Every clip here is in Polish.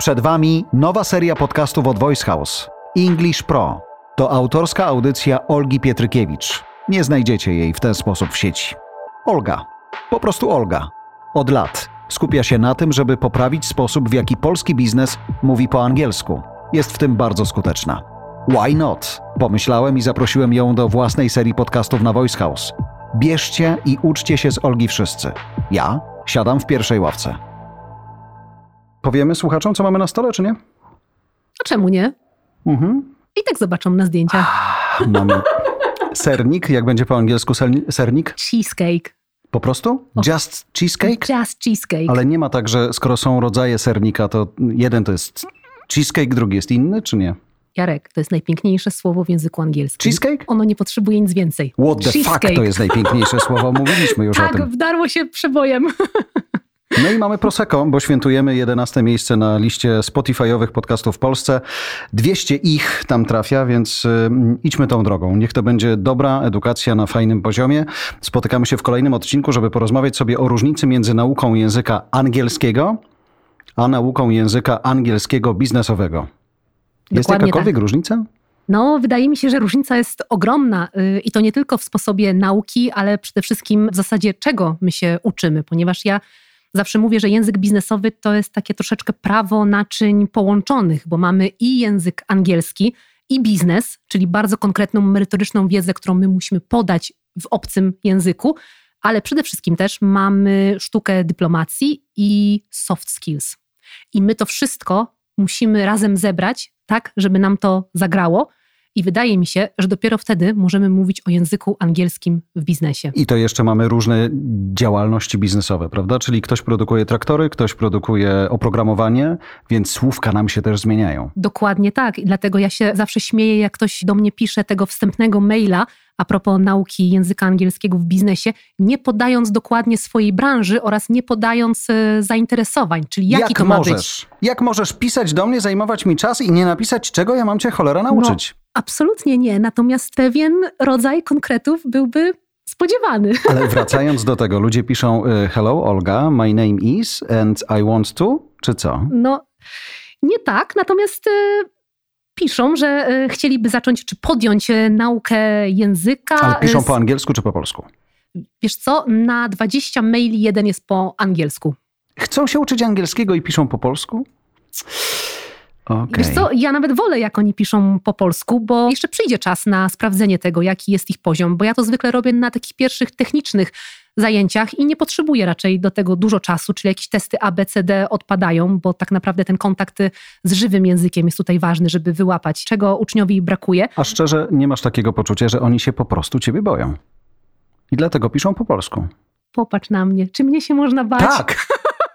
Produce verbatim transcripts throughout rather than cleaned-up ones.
Przed Wami nowa seria podcastów od Voice House. English Pro. To autorska audycja Olgi Pietrykiewicz. Nie znajdziecie jej w ten sposób w sieci. Olga. Po prostu Olga. Od lat skupia się na tym, żeby poprawić sposób, w jaki polski biznes mówi po angielsku. Jest w tym bardzo skuteczna. Why not? Pomyślałem i zaprosiłem ją do własnej serii podcastów na Voice House. Bierzcie i uczcie się z Olgi wszyscy. Ja siadam w pierwszej ławce. Powiemy słuchaczom, co mamy na stole, czy nie? A czemu nie? Mhm. I tak zobaczą na zdjęciach. Mamy sernik, jak będzie po angielsku sernik? Cheesecake. Po prostu? Just cheesecake? Just cheesecake. Ale nie ma tak, że skoro są rodzaje sernika, to jeden to jest cheesecake, drugi jest inny, czy nie? Jarek, to jest najpiękniejsze słowo w języku angielskim. Cheesecake? Ono nie potrzebuje nic więcej. What the fuck to jest najpiękniejsze słowo? Mówiliśmy już tak, o tym. Tak, wdarło się przebojem. No i mamy Prosecco, bo świętujemy jedenaste miejsce na liście Spotify'owych podcastów w Polsce. dwieście ich tam trafia, więc y, idźmy tą drogą. Niech to będzie dobra edukacja na fajnym poziomie. Spotykamy się w kolejnym odcinku, żeby porozmawiać sobie o różnicy między nauką języka angielskiego, a nauką języka angielskiego biznesowego. Jest Dokładnie jakakolwiek tak. różnica? No, wydaje mi się, że różnica jest ogromna yy, i to nie tylko w sposobie nauki, ale przede wszystkim w zasadzie czego my się uczymy, ponieważ ja zawsze mówię, że język biznesowy to jest takie troszeczkę prawo naczyń połączonych, bo mamy i język angielski, i biznes, czyli bardzo konkretną, merytoryczną wiedzę, którą my musimy podać w obcym języku, ale przede wszystkim też mamy sztukę dyplomacji i soft skills. I my to wszystko musimy razem zebrać tak, żeby nam to zagrało. I wydaje mi się, że dopiero wtedy możemy mówić o języku angielskim w biznesie. I to jeszcze mamy różne działalności biznesowe, prawda? Czyli ktoś produkuje traktory, ktoś produkuje oprogramowanie, więc słówka nam się też zmieniają. Dokładnie tak. I dlatego ja się zawsze śmieję, jak ktoś do mnie pisze tego wstępnego maila a propos nauki języka angielskiego w biznesie, nie podając dokładnie swojej branży oraz nie podając e, zainteresowań, czyli jaki jak to ma możesz, być. Jak możesz pisać do mnie, zajmować mi czas i nie napisać, czego ja mam cię cholera nauczyć? No, absolutnie nie. Natomiast pewien rodzaj konkretów byłby spodziewany. Ale wracając do tego, ludzie piszą hello Olga, my name is and I want to, czy co? No, nie tak. Natomiast e, piszą, że e, chcieliby zacząć czy podjąć e, naukę języka. Ale piszą z... po angielsku czy po polsku? Wiesz co, na dwadzieścia maili jeden jest po angielsku. Chcą się uczyć angielskiego i piszą po polsku? Okay. Wiesz co, ja nawet wolę, jak oni piszą po polsku, bo jeszcze przyjdzie czas na sprawdzenie tego, jaki jest ich poziom, bo ja to zwykle robię na takich pierwszych technicznych zajęciach i nie potrzebuję raczej do tego dużo czasu, czyli jakieś testy A, B, C, D odpadają, bo tak naprawdę ten kontakt z żywym językiem jest tutaj ważny, żeby wyłapać, czego uczniowi brakuje. A szczerze, nie masz takiego poczucia, że oni się po prostu ciebie boją? I dlatego piszą po polsku. Popatrz na mnie. Czy mnie się można bać? Tak!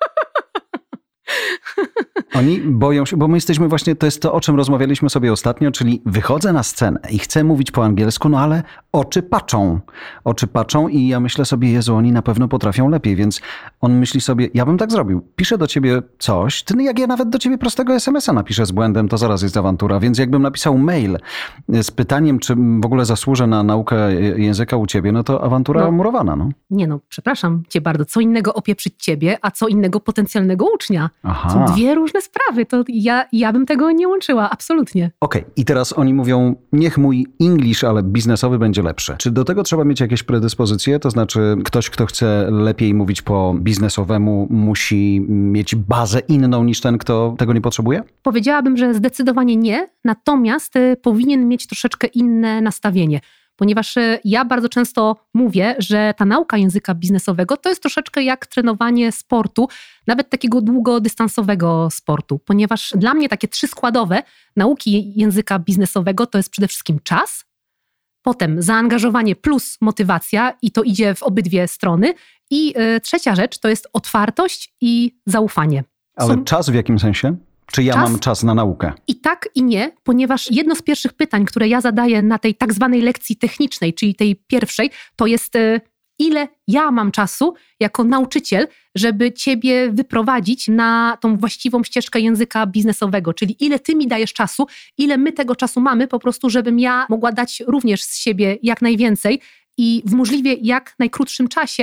Oni boją się, bo my jesteśmy właśnie, to jest to, o czym rozmawialiśmy sobie ostatnio, czyli wychodzę na scenę i chcę mówić po angielsku, no ale oczy patrzą. Oczy patrzą i ja myślę sobie, Jezu, oni na pewno potrafią lepiej, więc on myśli sobie, ja bym tak zrobił. Piszę do ciebie coś, ty, jak ja nawet do ciebie prostego es em es a napiszę z błędem, to zaraz jest awantura, więc jakbym napisał mail z pytaniem, czy w ogóle zasłużę na naukę języka u ciebie, no to awantura no. murowana, no. Nie no, przepraszam cię bardzo, co innego opieprzyć ciebie, a co innego potencjalnego ucznia. Aha. Są dwie różne sprawy, to ja, ja bym tego nie łączyła, absolutnie. Okej, okay. I teraz oni mówią, niech mój English, ale biznesowy będzie lepszy. Czy do tego trzeba mieć jakieś predyspozycje? To znaczy ktoś, kto chce lepiej mówić po biznesowemu, musi mieć bazę inną niż ten, kto tego nie potrzebuje? Powiedziałabym, że zdecydowanie nie, natomiast powinien mieć troszeczkę inne nastawienie. Ponieważ ja bardzo często mówię, że ta nauka języka biznesowego to jest troszeczkę jak trenowanie sportu, nawet takiego długodystansowego sportu. Ponieważ dla mnie takie trzy składowe nauki języka biznesowego to jest przede wszystkim czas, potem zaangażowanie plus motywacja i to idzie w obydwie strony i y, trzecia rzecz to jest otwartość i zaufanie. Ale Są... czas w jakim sensie? Czy ja czas? mam czas na naukę? I tak i nie, ponieważ jedno z pierwszych pytań, które ja zadaję na tej tak zwanej lekcji technicznej, czyli tej pierwszej, to jest ile ja mam czasu jako nauczyciel, żeby ciebie wyprowadzić na tą właściwą ścieżkę języka biznesowego, czyli ile ty mi dajesz czasu, ile my tego czasu mamy po prostu, żebym ja mogła dać również z siebie jak najwięcej i w możliwie jak najkrótszym czasie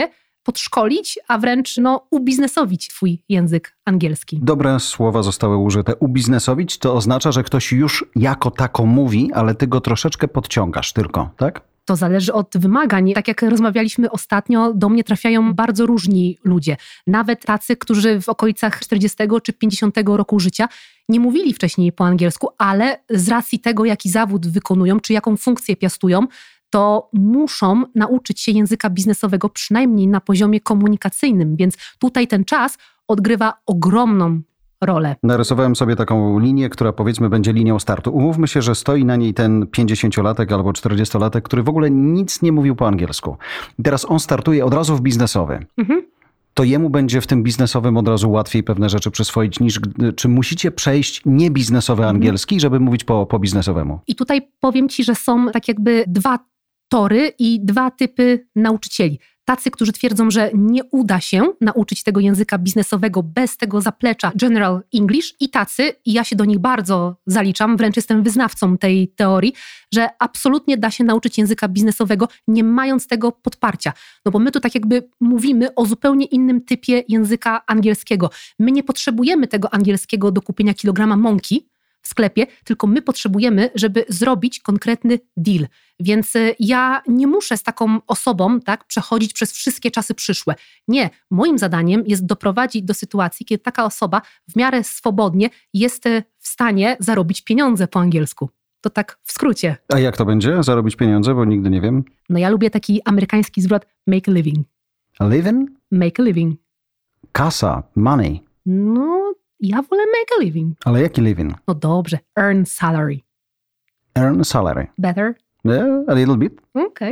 podszkolić, a wręcz no, ubiznesowić twój język angielski. Dobre słowa zostały użyte. Ubiznesowić to oznacza, że ktoś już jako tako mówi, ale ty go troszeczkę podciągasz tylko, tak? To zależy od wymagań. Tak jak rozmawialiśmy ostatnio, do mnie trafiają bardzo różni ludzie. Nawet tacy, którzy w okolicach czterdziestego czy pięćdziesiątego roku życia nie mówili wcześniej po angielsku, ale z racji tego, jaki zawód wykonują, czy jaką funkcję piastują, to muszą nauczyć się języka biznesowego przynajmniej na poziomie komunikacyjnym. Więc tutaj ten czas odgrywa ogromną rolę. Narysowałem sobie taką linię, która powiedzmy będzie linią startu. Umówmy się, że stoi na niej ten pięćdziesięciolatek albo czterdziestolatek, który w ogóle nic nie mówił po angielsku. I teraz on startuje od razu w biznesowy. Mhm. To jemu będzie w tym biznesowym od razu łatwiej pewne rzeczy przyswoić niż... Czy musicie przejść niebiznesowy angielski, mhm. żeby mówić po, po biznesowemu? I tutaj powiem ci, że są tak jakby dwa tory i dwa typy nauczycieli. Tacy, którzy twierdzą, że nie uda się nauczyć tego języka biznesowego bez tego zaplecza General English i tacy, i ja się do nich bardzo zaliczam, wręcz jestem wyznawcą tej teorii, że absolutnie da się nauczyć języka biznesowego, nie mając tego podparcia. No bo my tu tak jakby mówimy o zupełnie innym typie języka angielskiego. My nie potrzebujemy tego angielskiego do kupienia kilograma mąki w sklepie, tylko my potrzebujemy, żeby zrobić konkretny deal. Więc ja nie muszę z taką osobą tak, przechodzić przez wszystkie czasy przyszłe. Nie, moim zadaniem jest doprowadzić do sytuacji, kiedy taka osoba w miarę swobodnie jest w stanie zarobić pieniądze po angielsku. To tak w skrócie. A jak to będzie? Zarobić pieniądze? Bo nigdy nie wiem. No ja lubię taki amerykański zwrot make a living. A living? Make a living. Kasa, money. No, ja wolę make a living. Ale jaki living? No dobrze, earn salary. Earn salary. Better? Yeah, a little bit. Okej.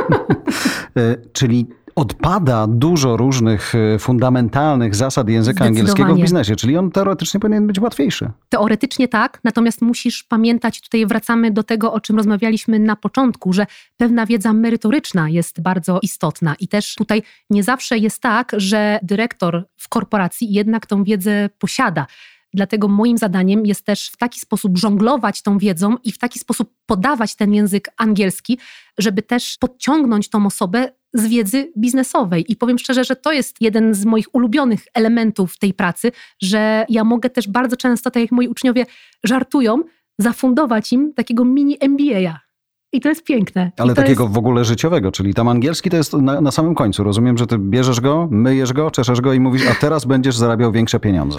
Okay. Czyli odpada dużo różnych fundamentalnych zasad języka angielskiego w biznesie, czyli on teoretycznie powinien być łatwiejszy. Teoretycznie tak, natomiast musisz pamiętać, tutaj wracamy do tego, o czym rozmawialiśmy na początku, że pewna wiedza merytoryczna jest bardzo istotna i też tutaj nie zawsze jest tak, że dyrektor w korporacji jednak tą wiedzę posiada. Dlatego moim zadaniem jest też w taki sposób żonglować tą wiedzą i w taki sposób podawać ten język angielski, żeby też podciągnąć tą osobę z wiedzy biznesowej. I powiem szczerze, że to jest jeden z moich ulubionych elementów tej pracy, że ja mogę też bardzo często, tak jak moi uczniowie żartują, zafundować im takiego mini M B A. I to jest piękne. Ale to takiego jest... w ogóle życiowego, czyli tam angielski to jest na, na samym końcu. Rozumiem, że ty bierzesz go, myjesz go, czeszesz go i mówisz, a teraz będziesz zarabiał większe pieniądze.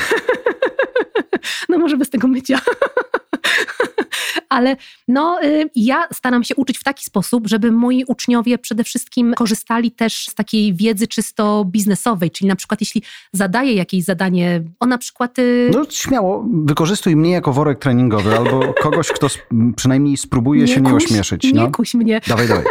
No może bez tego mycia. Ale no, y, ja staram się uczyć w taki sposób, żeby moi uczniowie przede wszystkim korzystali też z takiej wiedzy czysto biznesowej, czyli na przykład jeśli zadaję jakieś zadanie, o na przykład... Y... No śmiało, wykorzystuj mnie jako worek treningowy albo kogoś, kto sp- przynajmniej spróbuje nie się kuś, nie ośmieszyć. Nie no. kuś mnie. Dawaj, dawaj.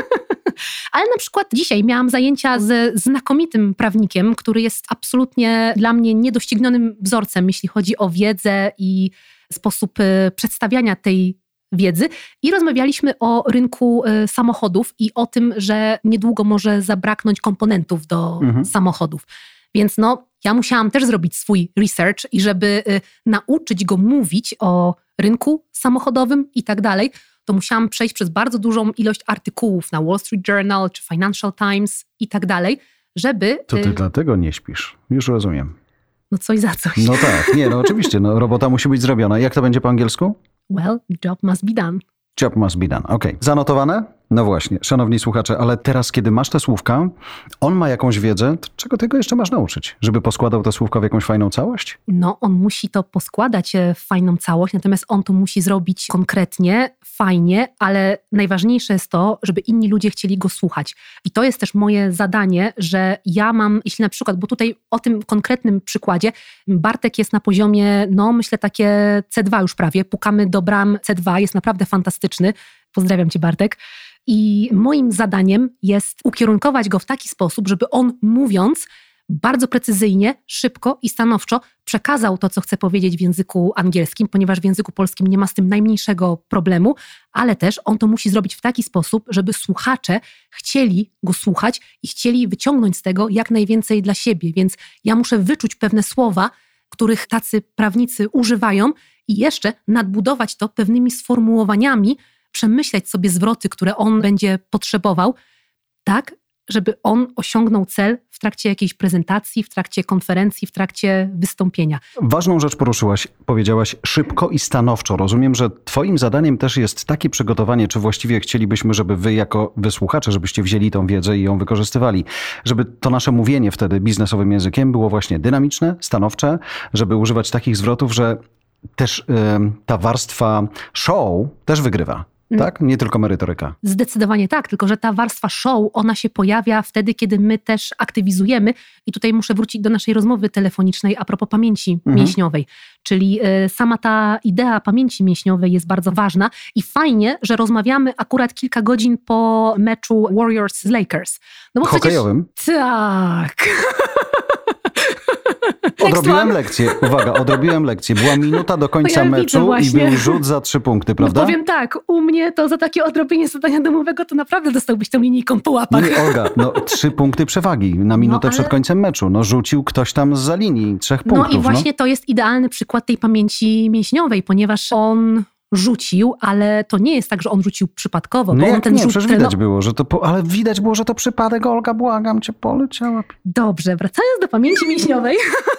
Ale na przykład dzisiaj miałam zajęcia z znakomitym prawnikiem, który jest absolutnie dla mnie niedoścignionym wzorcem, jeśli chodzi o wiedzę i sposób przedstawiania tej wiedzy. I rozmawialiśmy o rynku samochodów i o tym, że niedługo może zabraknąć komponentów do mhm. samochodów. Więc no, ja musiałam też zrobić swój research i żeby nauczyć go mówić o rynku samochodowym i tak dalej, to musiałam przejść przez bardzo dużą ilość artykułów na Wall Street Journal czy Financial Times i tak dalej, żeby... To ty y... dlatego nie śpisz. Już rozumiem. No coś za coś. No tak, nie, no oczywiście, no robota musi być zrobiona. Jak to będzie po angielsku? Well, job must be done. Job must be done, okej. Okay. Zanotowane? No właśnie, szanowni słuchacze, ale teraz, kiedy masz te słówka, on ma jakąś wiedzę, to czego ty go jeszcze masz nauczyć? Żeby poskładał te słówka w jakąś fajną całość? No, on musi to poskładać w fajną całość, natomiast on to musi zrobić konkretnie, fajnie, ale najważniejsze jest to, żeby inni ludzie chcieli go słuchać. I to jest też moje zadanie, że ja mam, jeśli na przykład, bo tutaj o tym konkretnym przykładzie, Bartek jest na poziomie, no myślę takie C dwa już prawie, pukamy do bram C dwa, jest naprawdę fantastyczny. Pozdrawiam cię, Bartek. I moim zadaniem jest ukierunkować go w taki sposób, żeby on mówiąc bardzo precyzyjnie, szybko i stanowczo przekazał to, co chce powiedzieć w języku angielskim, ponieważ w języku polskim nie ma z tym najmniejszego problemu, ale też on to musi zrobić w taki sposób, żeby słuchacze chcieli go słuchać i chcieli wyciągnąć z tego jak najwięcej dla siebie. Więc ja muszę wyczuć pewne słowa, których tacy prawnicy używają i jeszcze nadbudować to pewnymi sformułowaniami, przemyśleć sobie zwroty, które on będzie potrzebował, tak, żeby on osiągnął cel w trakcie jakiejś prezentacji, w trakcie konferencji, w trakcie wystąpienia. Ważną rzecz poruszyłaś, powiedziałaś szybko i stanowczo. Rozumiem, że twoim zadaniem też jest takie przygotowanie, czy właściwie chcielibyśmy, żeby wy jako wysłuchacze, żebyście wzięli tą wiedzę i ją wykorzystywali. Żeby to nasze mówienie wtedy biznesowym językiem było właśnie dynamiczne, stanowcze, żeby używać takich zwrotów, że też y, ta warstwa show też wygrywa. Tak? Nie tylko merytoryka. Zdecydowanie tak, tylko że ta warstwa show, ona się pojawia wtedy, kiedy my też aktywizujemy i tutaj muszę wrócić do naszej rozmowy telefonicznej a propos pamięci mhm. mięśniowej. Czyli y, sama ta idea pamięci mięśniowej jest bardzo ważna i fajnie, że rozmawiamy akurat kilka godzin po meczu Warriors z Lakers. No bo hokejowym? Przecież... Tak. Odrobiłem lekcję, uwaga, odrobiłem lekcję. Była minuta do końca ja meczu i był rzut za trzy punkty, prawda? No powiem tak, u mnie to za takie odrobienie zadania domowego to naprawdę dostałbyś tą linijką po łapach. Nie, Olga, no trzy punkty przewagi na minutę no, ale... przed końcem meczu. No rzucił ktoś tam zza linii trzech punktów. No i właśnie no. to jest idealny przykład tej pamięci mięśniowej, ponieważ on... rzucił, ale to nie jest tak, że on rzucił przypadkowo. No bo jak on ten nie, rzut przecież widać było, że to, po, ale widać było, że to przypadek, Olga, błagam cię, poleciała. Dobrze, wracając do pamięci mięśniowej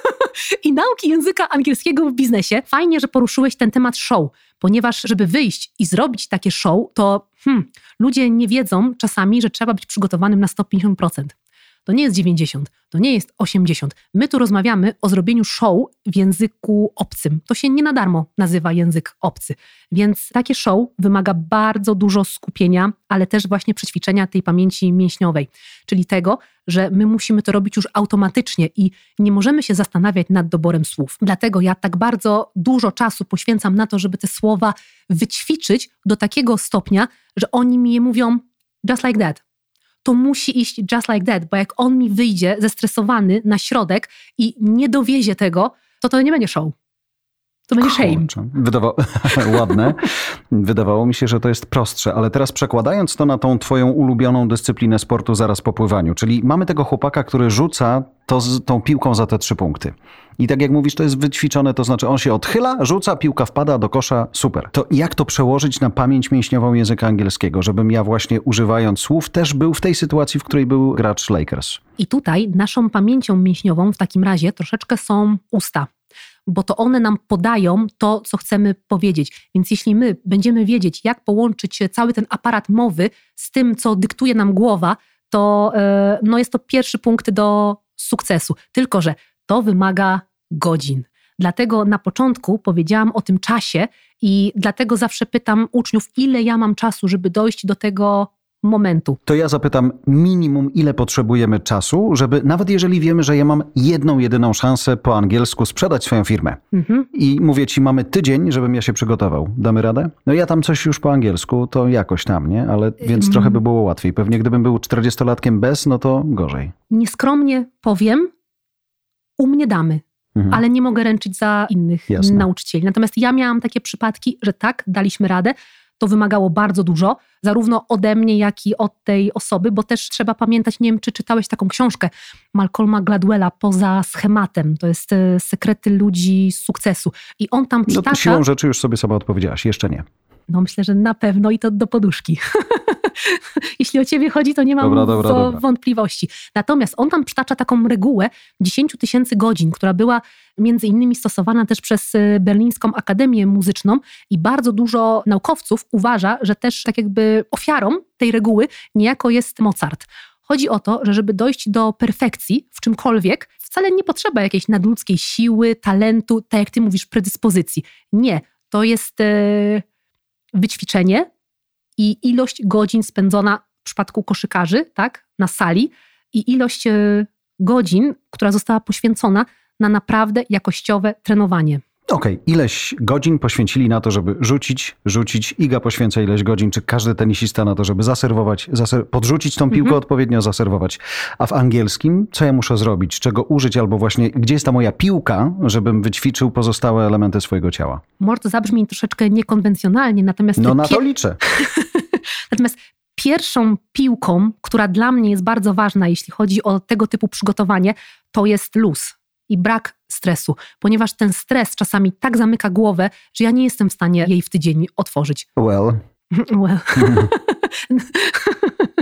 i nauki języka angielskiego w biznesie, fajnie, że poruszyłeś ten temat show, ponieważ żeby wyjść i zrobić takie show, to hmm, ludzie nie wiedzą czasami, że trzeba być przygotowanym na sto pięćdziesiąt procent. To nie jest dziewięćdziesiąt, to nie jest osiemdziesiąt. My tu rozmawiamy o zrobieniu show w języku obcym. To się nie na darmo nazywa język obcy. Więc takie show wymaga bardzo dużo skupienia, ale też właśnie przećwiczenia tej pamięci mięśniowej. Czyli tego, że my musimy to robić już automatycznie i nie możemy się zastanawiać nad doborem słów. Dlatego ja tak bardzo dużo czasu poświęcam na to, żeby te słowa wyćwiczyć do takiego stopnia, że oni mi je mówią just like that. To musi iść just like that, bo jak on mi wyjdzie zestresowany na środek i nie dowiezie tego, to to nie będzie show. To będzie shame. Wydawa- Ładne. Wydawało mi się, że to jest prostsze, ale teraz przekładając to na tą twoją ulubioną dyscyplinę sportu zaraz po pływaniu, czyli mamy tego chłopaka, który rzuca to z tą piłką za te trzy punkty. I tak jak mówisz, to jest wyćwiczone, to znaczy on się odchyla, rzuca, piłka wpada do kosza, super. To jak to przełożyć na pamięć mięśniową języka angielskiego, żebym ja właśnie używając słów też był w tej sytuacji, w której był gracz Lakers? I tutaj naszą pamięcią mięśniową w takim razie troszeczkę są usta. Bo to one nam podają to, co chcemy powiedzieć. Więc jeśli my będziemy wiedzieć, jak połączyć cały ten aparat mowy z tym, co dyktuje nam głowa, to yy, no jest to pierwszy punkt do sukcesu. Tylko że to wymaga godzin. Dlatego na początku powiedziałam o tym czasie i dlatego zawsze pytam uczniów, ile ja mam czasu, żeby dojść do tego momentu. To ja zapytam minimum, ile potrzebujemy czasu, żeby nawet jeżeli wiemy, że ja mam jedną, jedyną szansę po angielsku sprzedać swoją firmę mhm. i mówię ci, mamy tydzień, żebym ja się przygotował. Damy radę? No ja tam coś już po angielsku, to jakoś tam, nie? Ale więc trochę by było łatwiej. Pewnie gdybym był czterdziestolatkiem bez, no to gorzej. Nieskromnie powiem, u mnie damy. Mhm. Ale nie mogę ręczyć za innych Jasne. nauczycieli. Natomiast ja miałam takie przypadki, że tak, daliśmy radę. To wymagało bardzo dużo, zarówno ode mnie, jak i od tej osoby, bo też trzeba pamiętać, nie wiem, czy czytałeś taką książkę Malcolma Gladwella Poza schematem. To jest Sekrety ludzi z sukcesu. I on tam przytacza... No to siłą rzeczy już sobie sama odpowiedziałaś, jeszcze nie. No myślę, że na pewno i to do poduszki. Jeśli o ciebie chodzi, to nie mam dobra, dobra, dobra. wątpliwości. Natomiast on tam przytacza taką regułę dziesięć tysięcy godzin, która była między innymi stosowana też przez Berlińską Akademię Muzyczną i bardzo dużo naukowców uważa, że też tak jakby ofiarą tej reguły niejako jest Mozart. Chodzi o to, że żeby dojść do perfekcji w czymkolwiek, wcale nie potrzeba jakiejś nadludzkiej siły, talentu, tak jak ty mówisz, predyspozycji. Nie, to jest e, wyćwiczenie i ilość godzin spędzona w przypadku koszykarzy, tak, na sali i ilość e, godzin, która została poświęcona na naprawdę jakościowe trenowanie. Okej, okay. Ileś godzin poświęcili na to, żeby rzucić, rzucić. Iga poświęca ileś godzin, czy każdy tenisista na to, żeby zaserwować, zaser- podrzucić tą piłkę, mm-hmm. odpowiednio zaserwować. A w angielskim co ja muszę zrobić? Czego użyć? Albo właśnie, gdzie jest ta moja piłka, żebym wyćwiczył pozostałe elementy swojego ciała? Może to zabrzmi troszeczkę niekonwencjonalnie, natomiast... No na pie- to liczę. Natomiast pierwszą piłką, która dla mnie jest bardzo ważna, jeśli chodzi o tego typu przygotowanie, to jest luz i brak stresu, ponieważ ten stres czasami tak zamyka głowę, że ja nie jestem w stanie jej w tydzień otworzyć. Well. Well.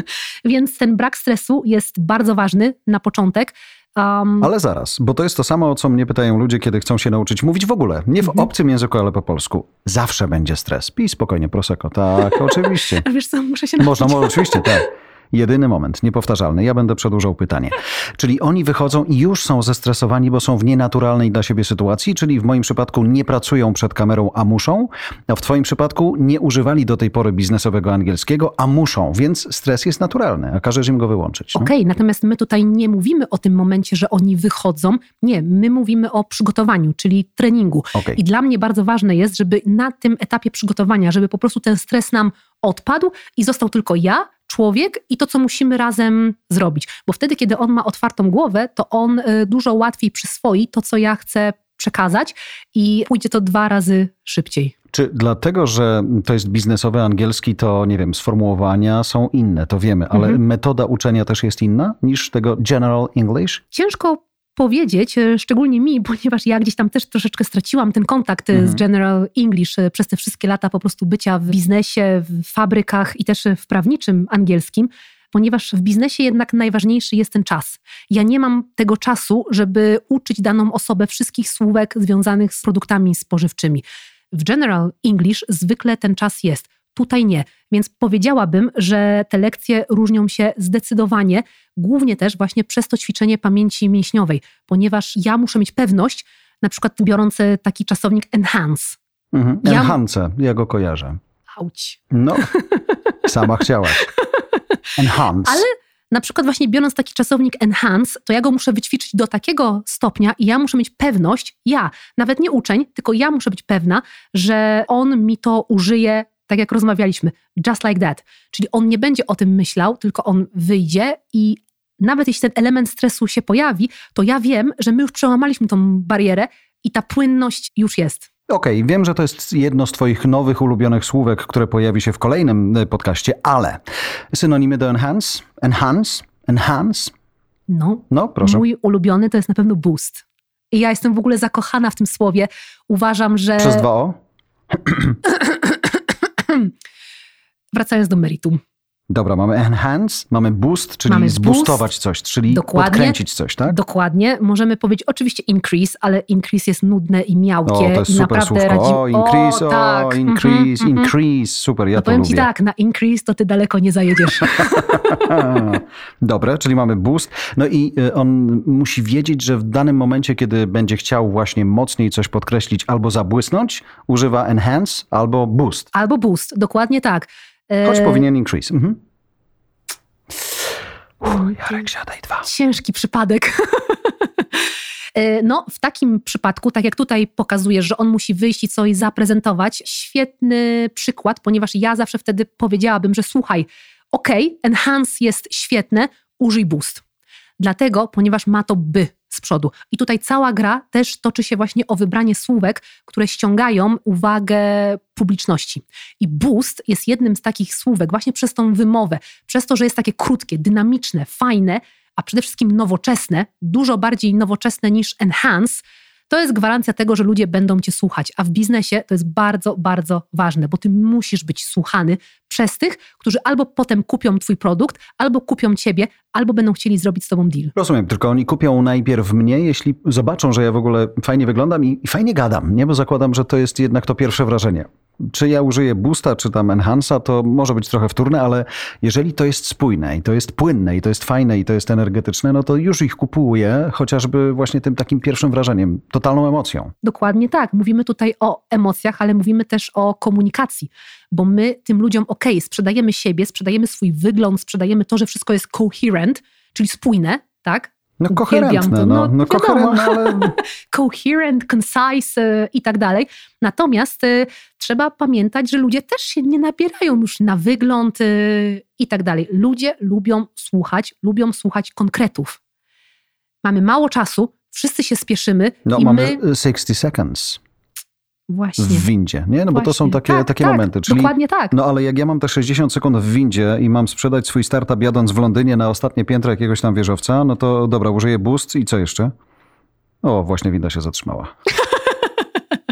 Więc ten brak stresu jest bardzo ważny na początek. Um, ale zaraz, bo to jest to samo, o co mnie pytają ludzie, kiedy chcą się nauczyć mówić w ogóle. Nie w mhm. obcym języku, ale po polsku. Zawsze będzie stres. Pij spokojnie, prosecco. Tak, oczywiście. A wiesz co, muszę się nauczyć. Można, może, oczywiście, tak. Jedyny moment, niepowtarzalny. Ja będę przedłużał pytanie. Czyli oni wychodzą i już są zestresowani, bo są w nienaturalnej dla siebie sytuacji, czyli w moim przypadku nie pracują przed kamerą, a muszą, a w twoim przypadku nie używali do tej pory biznesowego angielskiego, a muszą, więc stres jest naturalny, a każesz im go wyłączyć. Okej, okay, natomiast my tutaj nie mówimy o tym momencie, że oni wychodzą. Nie, my mówimy o przygotowaniu, czyli treningu. Okay. I dla mnie bardzo ważne jest, żeby na tym etapie przygotowania, żeby po prostu ten stres nam odpadł i został tylko ja, człowiek i to, co musimy razem zrobić. Bo wtedy, kiedy on ma otwartą głowę, to on dużo łatwiej przyswoi to, co ja chcę przekazać i pójdzie to dwa razy szybciej. Czy dlatego, że to jest biznesowy angielski, to nie wiem, sformułowania są inne, to wiemy, ale mhm. metoda uczenia też jest inna niż tego General English? Ciężko powiedzieć, szczególnie mi, ponieważ ja gdzieś tam też troszeczkę straciłam ten kontakt mhm. z General English przez te wszystkie lata po prostu bycia w biznesie, w fabrykach i też w prawniczym angielskim, ponieważ w biznesie jednak najważniejszy jest ten czas. Ja nie mam tego czasu, żeby uczyć daną osobę wszystkich słówek związanych z produktami spożywczymi. W General English zwykle ten czas jest. Tutaj nie. Więc powiedziałabym, że te lekcje różnią się zdecydowanie, głównie też właśnie przez to ćwiczenie pamięci mięśniowej, ponieważ ja muszę mieć pewność, na przykład biorąc taki czasownik enhance. Mhm. Ja... Enhance, ja go kojarzę. Auć. No, sama chciałaś. Enhance. Ale na przykład właśnie biorąc taki czasownik enhance, to ja go muszę wyćwiczyć do takiego stopnia i ja muszę mieć pewność, ja, nawet nie uczeń, tylko ja muszę być pewna, że on mi to użyje tak jak rozmawialiśmy, just like that. Czyli on nie będzie o tym myślał, tylko on wyjdzie i nawet jeśli ten element stresu się pojawi, to ja wiem, że my już przełamaliśmy tą barierę i ta płynność już jest. Okej, okay, wiem, że to jest jedno z twoich nowych ulubionych słówek, które pojawi się w kolejnym podcaście, ale synonimy do enhance? Enhance? Enhance? No, no proszę. Mój ulubiony to jest na pewno boost. I ja jestem w ogóle zakochana w tym słowie. Uważam, że... Przez dwa o? Wracając do meritum. Dobra, mamy enhance, mamy boost, czyli mamy zboostować boost, coś, czyli dokładnie, podkręcić coś, tak? Dokładnie. Możemy powiedzieć oczywiście increase, ale increase jest nudne i miałkie. O, to jest i super naprawdę słówko. radzi... O, increase, o, tak. o increase, mm-hmm, increase, super, ja no to powiem lubię. ci tak, na increase to ty daleko nie zajedziesz. Dobre, czyli mamy boost. No i on musi wiedzieć, że w danym momencie, kiedy będzie chciał właśnie mocniej coś podkreślić albo zabłysnąć, używa enhance albo boost. Albo boost, dokładnie tak. Choć e... powinien increase. Mhm. Uch, Jarek, siadaj dwa. Ciężki przypadek. No, w takim przypadku, tak jak tutaj pokazujesz, że on musi wyjść i coś zaprezentować, świetny przykład, ponieważ ja zawsze wtedy powiedziałabym, że słuchaj, okej, okay, enhance jest świetne, użyj boost. Dlatego, ponieważ ma to by z przodu. I tutaj cała gra też toczy się właśnie o wybranie słówek, które ściągają uwagę publiczności. I boost jest jednym z takich słówek właśnie przez tą wymowę, przez to, że jest takie krótkie, dynamiczne, fajne, a przede wszystkim nowoczesne, dużo bardziej nowoczesne niż enhance, to jest gwarancja tego, że ludzie będą cię słuchać. A w biznesie to jest bardzo, bardzo ważne, bo ty musisz być słuchany przez tych, którzy albo potem kupią twój produkt, albo kupią ciebie, albo będą chcieli zrobić z tobą deal. Rozumiem, tylko oni kupią najpierw mnie, jeśli zobaczą, że ja w ogóle fajnie wyglądam i, i fajnie gadam, nie? Bo zakładam, że to jest jednak to pierwsze wrażenie. Czy ja użyję boosta, czy tam enhance'a, to może być trochę wtórne, ale jeżeli to jest spójne i to jest płynne i to jest fajne i to jest energetyczne, no to już ich kupuję, chociażby właśnie tym takim pierwszym wrażeniem, totalną emocją. Dokładnie tak. Mówimy tutaj o emocjach, ale mówimy też o komunikacji, bo my tym ludziom, okej, okay, sprzedajemy siebie, sprzedajemy swój wygląd, sprzedajemy to, że wszystko jest coherent, czyli spójne, tak? No koherentne, no, no, no koherentne, ale... Coherent, concise i tak dalej. Natomiast y, trzeba pamiętać, że ludzie też się nie nabierają już na wygląd y, i tak dalej. Ludzie lubią słuchać, lubią słuchać konkretów. Mamy mało czasu, wszyscy się spieszymy. No i mamy my... sixty seconds. Właśnie. W windzie, nie? No bo Właśnie. to są takie, tak, takie tak, momenty. Czyli, dokładnie tak. No ale jak ja mam te sześćdziesiąt sekund w windzie i mam sprzedać swój startup jadąc w Londynie na ostatnie piętro jakiegoś tam wieżowca, no to dobra, użyję boost i co jeszcze? O, właśnie winda się zatrzymała.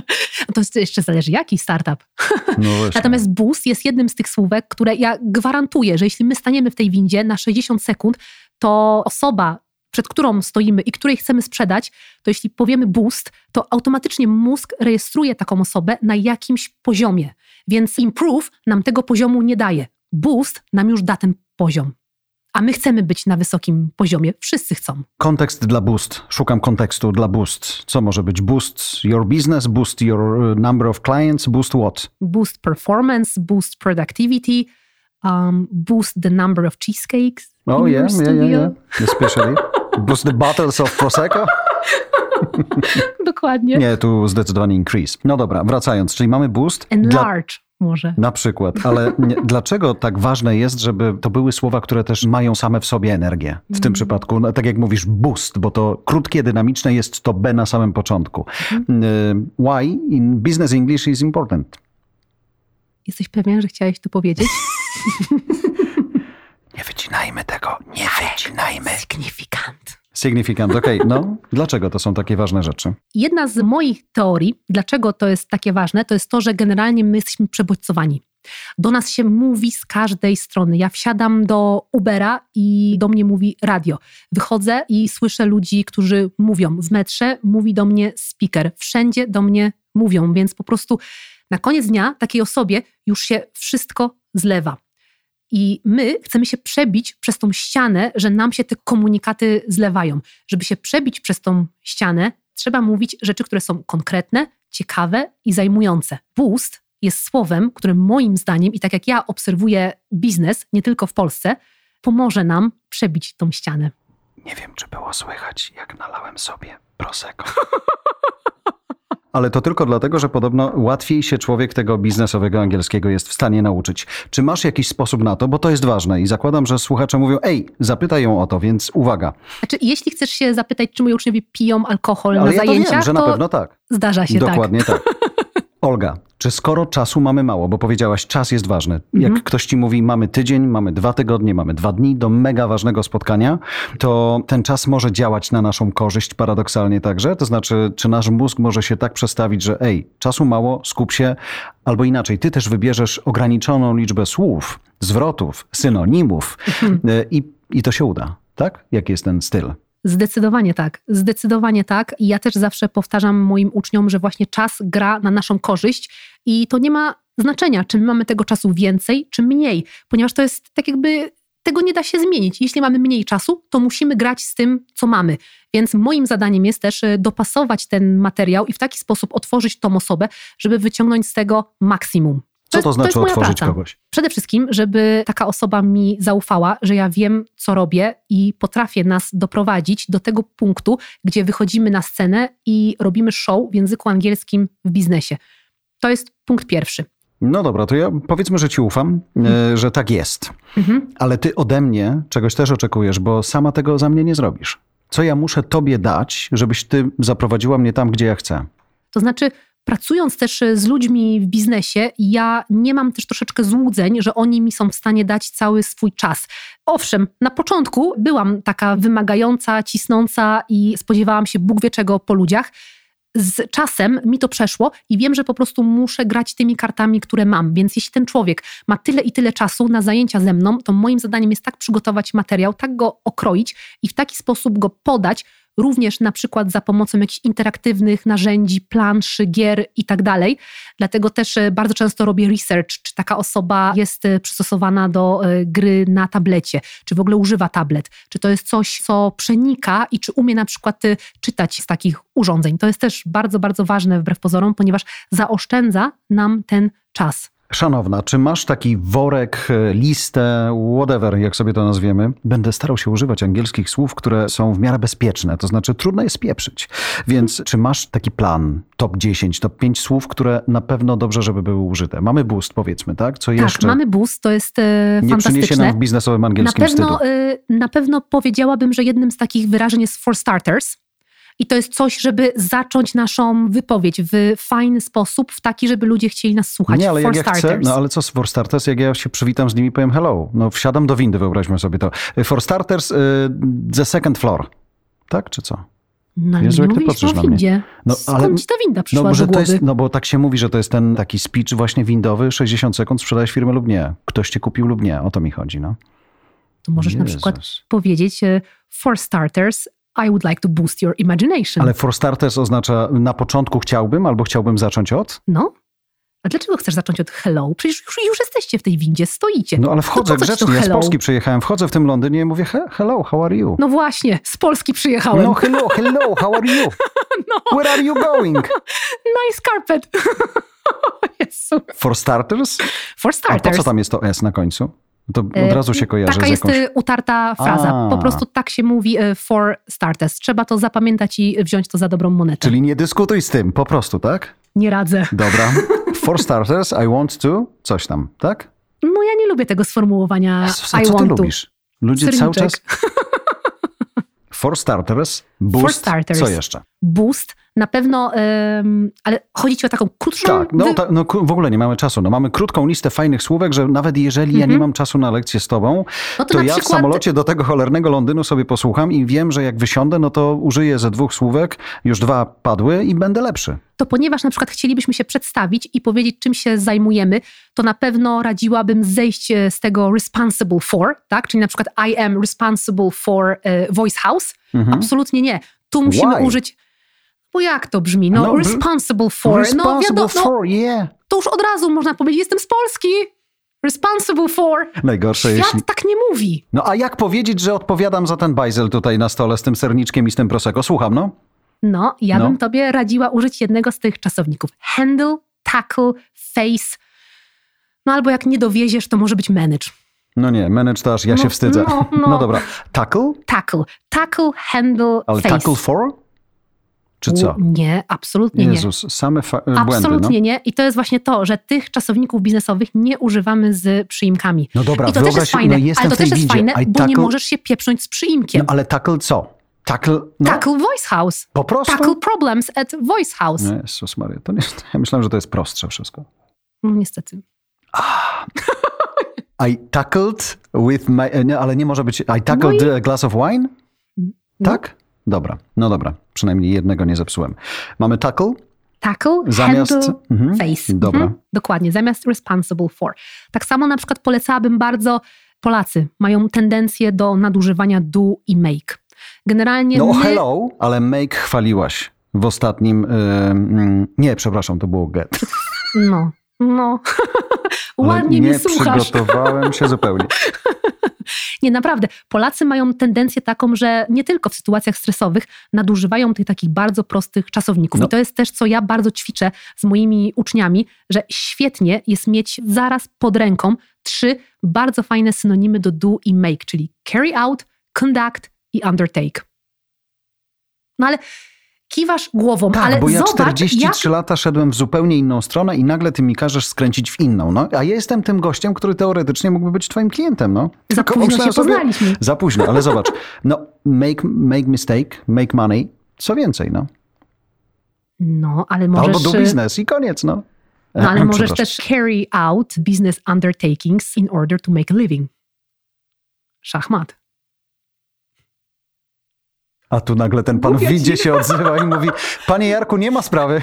To jest jeszcze zależy jaki startup. No Natomiast boost jest jednym z tych słówek, które ja gwarantuję, że jeśli my staniemy w tej windzie na sześćdziesiąt sekund, to osoba, przed którą stoimy i której chcemy sprzedać, to jeśli powiemy boost, to automatycznie mózg rejestruje taką osobę na jakimś poziomie. Więc improve nam tego poziomu nie daje. Boost nam już da ten poziom. A my chcemy być na wysokim poziomie. Wszyscy chcą. Kontekst dla boost. Szukam kontekstu dla boost. Co może być? Boost your business, boost your number of clients, boost what? Boost performance, boost productivity, um, boost the number of cheesecakes Oh in yeah, your yeah, studio. yeah, yeah. Especially. Boost the bottles of Prosecco? Dokładnie. Nie, tu zdecydowanie increase. No dobra, wracając. Czyli mamy boost. Enlarge dla... może. Na przykład. Ale nie, dlaczego tak ważne jest, żeby to były słowa, które też mają same w sobie energię? W mm. tym przypadku, no, tak jak mówisz, boost, bo to krótkie, dynamiczne jest to B na samym początku. Mm. Why in business English is important? Jesteś pewien, że chciałeś to powiedzieć? Nie wycinajmy tego, nie wycinajmy. Signifikant. Significant, okej. Okay. No, dlaczego to są takie ważne rzeczy? Jedna z moich teorii, dlaczego to jest takie ważne, to jest to, że generalnie my jesteśmy przebodźcowani. Do nas się mówi z każdej strony. Ja wsiadam do Ubera i do mnie mówi radio. Wychodzę i słyszę ludzi, którzy mówią. W metrze mówi do mnie speaker. Wszędzie do mnie mówią, więc po prostu na koniec dnia takiej osobie już się wszystko zlewa. I my chcemy się przebić przez tą ścianę, że nam się te komunikaty zlewają. Żeby się przebić przez tą ścianę, trzeba mówić rzeczy, które są konkretne, ciekawe i zajmujące. Boost jest słowem, które moim zdaniem, i tak jak ja obserwuję biznes, nie tylko w Polsce, pomoże nam przebić tą ścianę. Nie wiem, czy było słychać, jak nalałem sobie Prosecco. Ale to tylko dlatego, że podobno łatwiej się człowiek tego biznesowego angielskiego jest w stanie nauczyć. Czy masz jakiś sposób na to? Bo to jest ważne i zakładam, że słuchacze mówią, ej, zapytaj ją o to, więc uwaga. Znaczy, jeśli chcesz się zapytać, czy moi uczniowie piją alkohol Ale na ja zajęciach, to wiem, że na to pewno tak. Zdarza się. Dokładnie tak. tak. Olga, czy skoro czasu mamy mało, bo powiedziałaś, czas jest ważny. Jak Mhm. ktoś ci mówi, mamy tydzień, mamy dwa tygodnie, mamy dwa dni do mega ważnego spotkania, to ten czas może działać na naszą korzyść paradoksalnie także? To znaczy, czy nasz mózg może się tak przestawić, że ej, czasu mało, skup się, albo inaczej, ty też wybierzesz ograniczoną liczbę słów, zwrotów, synonimów mhm. i, i to się uda, tak? Jaki jest ten styl? Zdecydowanie tak, zdecydowanie tak. I ja też zawsze powtarzam moim uczniom, że właśnie czas gra na naszą korzyść i to nie ma znaczenia, czy my mamy tego czasu więcej, czy mniej, ponieważ to jest tak jakby, tego nie da się zmienić. Jeśli mamy mniej czasu, to musimy grać z tym, co mamy. Więc moim zadaniem jest też dopasować ten materiał i w taki sposób otworzyć tą osobę, żeby wyciągnąć z tego maksimum. Co to, to znaczy to otworzyć praca. kogoś? Przede wszystkim, żeby taka osoba mi zaufała, że ja wiem, co robię i potrafię nas doprowadzić do tego punktu, gdzie wychodzimy na scenę i robimy show w języku angielskim w biznesie. To jest punkt pierwszy. No dobra, to ja powiedzmy, że ci ufam, mhm. że tak jest. Mhm. Ale ty ode mnie czegoś też oczekujesz, bo sama tego za mnie nie zrobisz. Co ja muszę tobie dać, żebyś ty zaprowadziła mnie tam, gdzie ja chcę? To znaczy... Pracując też z ludźmi w biznesie, ja nie mam też troszeczkę złudzeń, że oni mi są w stanie dać cały swój czas. Owszem, na początku byłam taka wymagająca, cisnąca i spodziewałam się Bóg wie czego po ludziach. Z czasem mi to przeszło i wiem, że po prostu muszę grać tymi kartami, które mam. Więc jeśli ten człowiek ma tyle i tyle czasu na zajęcia ze mną, to moim zadaniem jest tak przygotować materiał, tak go okroić i w taki sposób go podać, również na przykład za pomocą jakichś interaktywnych narzędzi, planszy, gier i tak dalej. Dlatego też bardzo często robię research, czy taka osoba jest przystosowana do gry na tablecie, czy w ogóle używa tablet, czy to jest coś, co przenika i czy umie na przykład czytać z takich urządzeń. To jest też bardzo, bardzo ważne wbrew pozorom, ponieważ zaoszczędza nam ten czas. Szanowna, czy masz taki worek, listę, whatever, jak sobie to nazwiemy? Będę starał się używać angielskich słów, które są w miarę bezpieczne, to znaczy trudno je spieprzyć. Więc czy masz taki plan, top dziesięć, top pięć słów, które na pewno dobrze, żeby były użyte? Mamy boost, powiedzmy, tak? Co tak, jeszcze? mamy boost, to jest e, nie fantastyczne. Nie przyniesie nam w biznesowym angielskim na pewno, wstydu. E, na pewno powiedziałabym, że jednym z takich wyrażeń jest for starters. I to jest coś, żeby zacząć naszą wypowiedź w fajny sposób, w taki, żeby ludzie chcieli nas słuchać. Nie, ale for jak ja starters. chcę, no ale co z for starters, jak ja się przywitam z nimi i powiem hello. No wsiadam do windy, wyobraźmy sobie to. For starters, y, the second floor. Tak, czy co? No ale Jezu, nie jak ty mówiliśmy patrzysz o na mnie. windzie. No, ale- Skąd ci ta winda przyszła No, do że to głowy? jest, no bo tak się mówi, że to jest ten taki speech właśnie windowy, sześćdziesiąt sekund, sprzedałeś firmę lub nie. Ktoś cię kupił lub nie. O to mi chodzi, no. To możesz na Jezus. przykład powiedzieć e, for starters, I would like to boost your imagination. Ale for starters oznacza na początku chciałbym, albo chciałbym zacząć od? No. A dlaczego chcesz zacząć od hello? Przecież już, już jesteście w tej windzie, stoicie. No ale To wchodzę po co ci to grzecznie, ja z hello? Polski przyjechałem, wchodzę w tym Londynie i mówię he, hello, how are you? No właśnie, z Polski przyjechałem. No hello, hello, how are you? No. Where are you going? Nice carpet. Jezu. For starters? For A starters. po co tam jest to S na końcu? To od E, razu się kojarzy Taka z jest jakąś... e, utarta fraza. A. Po prostu tak się mówi e, for starters. Trzeba to zapamiętać i wziąć to za dobrą monetę. Czyli nie dyskutuj z tym, po prostu, tak? Nie radzę. Dobra. For starters, I want to... Coś tam, tak? No ja nie lubię tego sformułowania Co, I co ty want to. lubisz? Ludzie cały czas... Serniczek. For starters, boost, For starters. co jeszcze? Boost. Na pewno, ym, ale chodzi ci o taką krótszą... Tak, no, wy- ta, no k- w ogóle nie mamy czasu. No, mamy krótką listę fajnych słówek, że nawet jeżeli ja nie mam czasu na lekcję z tobą, No to to na ja w przykład- samolocie do tego cholernego Londynu sobie posłucham i wiem, że jak wysiądę, no to użyję ze dwóch słówek, już dwa padły i będę lepszy. To ponieważ na przykład chcielibyśmy się przedstawić i powiedzieć, czym się zajmujemy, to na pewno radziłabym zejść e, z tego responsible for, tak? Czyli na przykład I am responsible for e, Voice House. Absolutnie nie. Tu musimy Mhm. Why? użyć... Bo jak to brzmi? No, No, br- responsible for. no Responsible wiadomo, no, for, yeah. to już od razu można powiedzieć, jestem z Polski. Responsible for. Najgorsze, Świat jeśli... tak nie mówi. No a jak powiedzieć, że odpowiadam za ten bajzel tutaj na stole z tym serniczkiem i z tym prosecco? Słucham, no. No, ja No. bym tobie radziła użyć jednego z tych czasowników. Handle, tackle, face. No albo jak nie dowieziesz, to może być manage. No nie, manage to aż ja No, się wstydzę. no, no. dobra. Tackle? Tackle. Tackle, handle, Ale face. tackle for? Czy co? U, Nie, absolutnie nie. Jezus, same fa- błędy, Absolutnie no. nie. I to jest właśnie to, że tych czasowników biznesowych nie używamy z przyimkami. No dobra, I to też wyobraź jest sobie, fajne, no jestem ale to w tej też jest windzie, fajne, I bo nie tackle- możesz się pieprząć z przyimkiem. No ale tackle co? Tackle, no. Tackle Voice House. Po prostu? Tackle problems at Voice House. Nie, Jezus Maria, to nie, ja myślałem, że to jest prostsze wszystko. No niestety. I tackled with my... Nie, ale nie może być... I tackled No a glass of wine? Tak? Dobra, no dobra. Przynajmniej jednego nie zepsułem. Mamy tackle? Tackle, Zamiast- handle, mhm, face. dobra. Mhm, dokładnie, zamiast responsible for. Tak samo na przykład polecałabym bardzo, Polacy mają tendencję do nadużywania do i make. Generalnie No my... hello, ale make chwaliłaś w ostatnim... Yy, mm, nie, przepraszam, to było get. No, no. Ale Ładnie nie mnie słuchasz. przygotowałem się zupełnie. Nie, naprawdę. Polacy mają tendencję taką, że nie tylko w sytuacjach stresowych nadużywają tych takich bardzo prostych czasowników. No. I to jest też, co ja bardzo ćwiczę z moimi uczniami, że świetnie jest mieć zaraz pod ręką trzy bardzo fajne synonimy do do i make, czyli carry out, conduct i undertake. No ale kiwasz głową, Tak, ale bo ja zobacz, czterdzieści trzy jak... lata szedłem w zupełnie inną stronę i nagle ty mi każesz skręcić w inną. No, a ja jestem tym gościem, który teoretycznie mógłby być twoim klientem. No. Za Tylko późno pomyślałem się poznaliśmy. Za późno, ale zobacz. No, make, make mistake, make money. Co więcej, no. No, ale możesz... Albo do biznes i koniec, no. No, ale możesz Przepraszam. też carry out business undertakings in order to make a living. Szachmat. A tu nagle ten pan w Głupia ci. windzie się odzywa i mówi: panie Jarku, nie ma sprawy.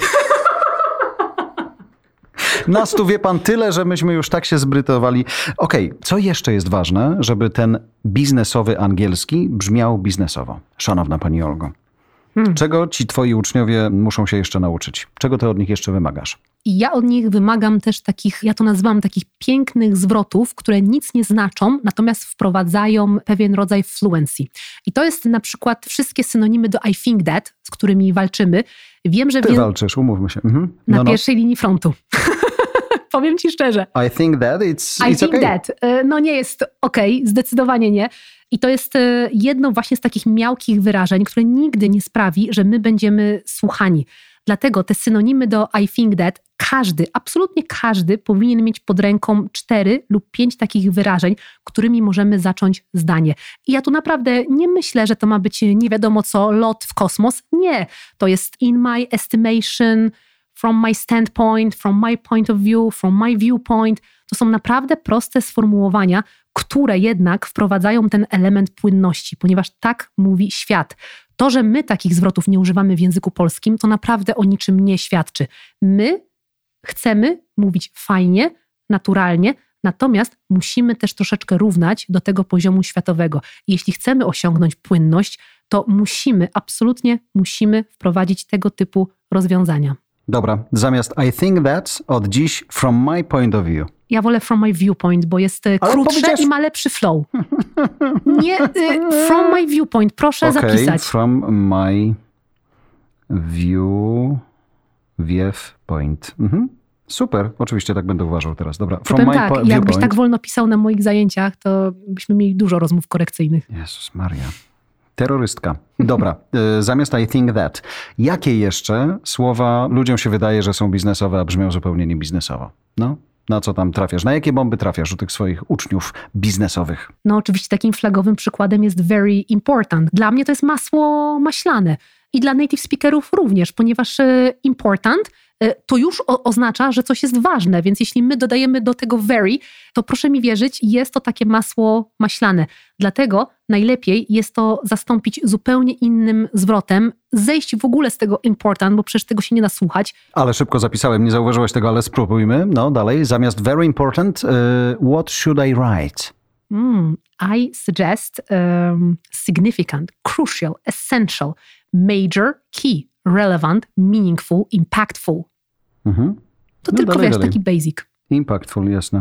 Nas tu wie pan tyle, że myśmy już tak się zbrytowali. Okej, co jeszcze jest ważne, żeby ten biznesowy angielski brzmiał biznesowo? Szanowna pani Olgo. Hmm. Czego ci twoi uczniowie muszą się jeszcze nauczyć? Czego ty od nich jeszcze wymagasz? I ja od nich wymagam też takich, ja to nazywam takich pięknych zwrotów, które nic nie znaczą, natomiast wprowadzają pewien rodzaj fluency. I to jest na przykład wszystkie synonimy do I think that, z którymi walczymy. Wiem, że Ty wie... walczysz, umówmy się. Mhm. na No, no. pierwszej linii frontu. Powiem ci szczerze. I think that it's, I it's think okay. that. Y, No nie jest okej, zdecydowanie nie. I to jest y, jedno właśnie z takich miałkich wyrażeń, które nigdy nie sprawi, że my będziemy słuchani. Dlatego te synonimy do I think that, każdy, absolutnie każdy powinien mieć pod ręką cztery lub pięć takich wyrażeń, którymi możemy zacząć zdanie. I ja tu naprawdę nie myślę, że to ma być nie wiadomo co, lot w kosmos. Nie, to jest in my estimation, from my standpoint, from my point of view, from my viewpoint. To są naprawdę proste sformułowania, które jednak wprowadzają ten element płynności, ponieważ tak mówi świat. To, że my takich zwrotów nie używamy w języku polskim, to naprawdę o niczym nie świadczy. My chcemy mówić fajnie, naturalnie, natomiast musimy też troszeczkę równać do tego poziomu światowego. I jeśli chcemy osiągnąć płynność, to musimy, absolutnie musimy wprowadzić tego typu rozwiązania. Dobra, zamiast I think that, od dziś from my point of view. Ja wolę from my viewpoint, bo jest Ale krótsze powiedziałeś... i ma lepszy flow. Nie, from my viewpoint, proszę okay, zapisać. From my view, viewpoint. Mhm. Super, oczywiście tak będę uważał teraz. Dobra, from my tak, po- jakbyś viewpoint. tak wolno pisał na moich zajęciach, to byśmy mieli dużo rozmów korekcyjnych. Jezus Maria. Terrorystka. Dobra, y, zamiast I think that. Jakie jeszcze słowa ludziom się wydaje, że są biznesowe, a brzmią zupełnie niebiznesowo? No, na co tam trafiasz? Na jakie bomby trafiasz u tych swoich uczniów biznesowych? No oczywiście takim flagowym przykładem jest very important. Dla mnie to jest masło maślane. I dla native speakerów również, ponieważ y, important y, to już o, oznacza, że coś jest ważne. Więc jeśli my dodajemy do tego very, to proszę mi wierzyć, jest to takie masło maślane. Dlatego najlepiej jest to zastąpić zupełnie innym zwrotem, zejść w ogóle z tego important, bo przecież tego się nie da słuchać. Ale szybko zapisałem, nie zauważyłeś tego, ale spróbujmy. No dalej, zamiast very important, y, what should I write? Mm, I suggest um, significant, crucial, essential, major, key, relevant, meaningful, impactful. Mhm. To no tylko dalej, wiesz, dalej. Taki basic. Impactful, jasne.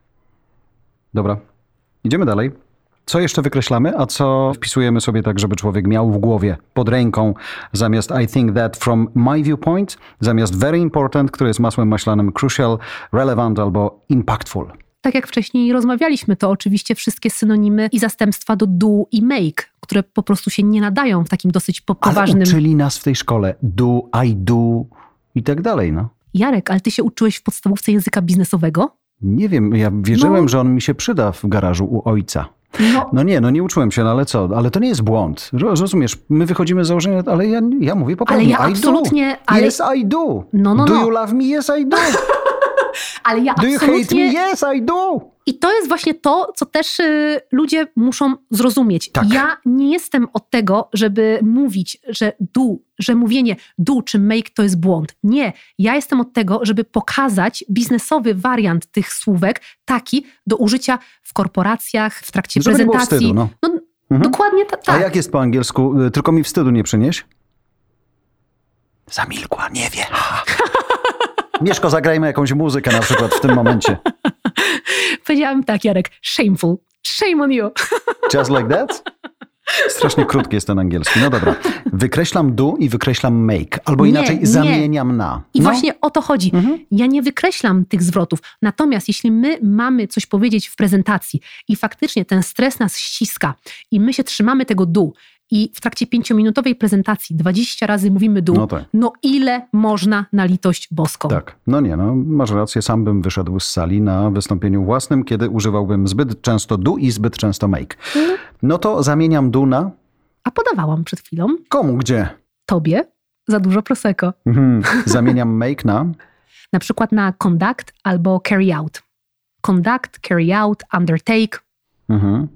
Dobra, idziemy dalej. Co jeszcze wykreślamy, a co wpisujemy sobie tak, żeby człowiek miał w głowie, pod ręką, zamiast I think that from my viewpoint, zamiast very important, który jest masłem maślanym, crucial, relevant albo impactful. Tak jak wcześniej rozmawialiśmy, to oczywiście wszystkie synonimy i zastępstwa do do i make, które po prostu się nie nadają w takim dosyć poważnym... Ale uczyli nas w tej szkole do, I do i tak dalej, no. Jarek, ale ty się uczyłeś w podstawówce języka biznesowego? Nie wiem, ja wierzyłem, no. że on mi się przyda w garażu u ojca. No. no nie, no nie uczyłem się, no ale co? Ale to nie jest błąd. Rozumiesz, my wychodzimy z założenia, ale ja, ja mówię poprawnie. Ale ja I absolutnie... Do. Ale... Yes, I do. No, no, do no. you love me? Yes, I do. Ale ja do absolutnie... you hate me? Yes, I do. I to jest właśnie to, co też y, ludzie muszą zrozumieć. Tak. Ja nie jestem od tego, żeby mówić, że do, że mówienie do czy make to jest błąd. Nie. Ja jestem od tego, żeby pokazać biznesowy wariant tych słówek, taki do użycia w korporacjach, w trakcie żeby prezentacji. Nie było wstydu, no. No, mhm. Dokładnie ta, tak. A jak jest po angielsku? Tylko mi wstydu nie przynieś? Zamilkła, nie wie. Mieszko, zagrajmy jakąś muzykę na przykład w tym momencie. Powiedziałam tak, Jarek, shameful. Shame on you. Just like that? Strasznie krótki jest ten angielski. No dobra. Wykreślam do i wykreślam make. Albo nie, inaczej nie. zamieniam na. I no. właśnie o to chodzi. Mhm. Ja nie wykreślam tych zwrotów. Natomiast jeśli my mamy coś powiedzieć w prezentacji i faktycznie ten stres nas ściska i my się trzymamy tego do i w trakcie pięciominutowej prezentacji dwadzieścia razy mówimy do, no, tak. no ile można na litość boską? Tak. No nie, no masz rację. Sam bym wyszedł z sali na wystąpieniu własnym, kiedy używałbym zbyt często do i zbyt często make. Mhm. No to zamieniam do na... A podawałam przed chwilą. Komu? Gdzie? Tobie. Za dużo prosecco. Mhm. Zamieniam make na... Na przykład na conduct albo carry out. Conduct, carry out, undertake. Mhm.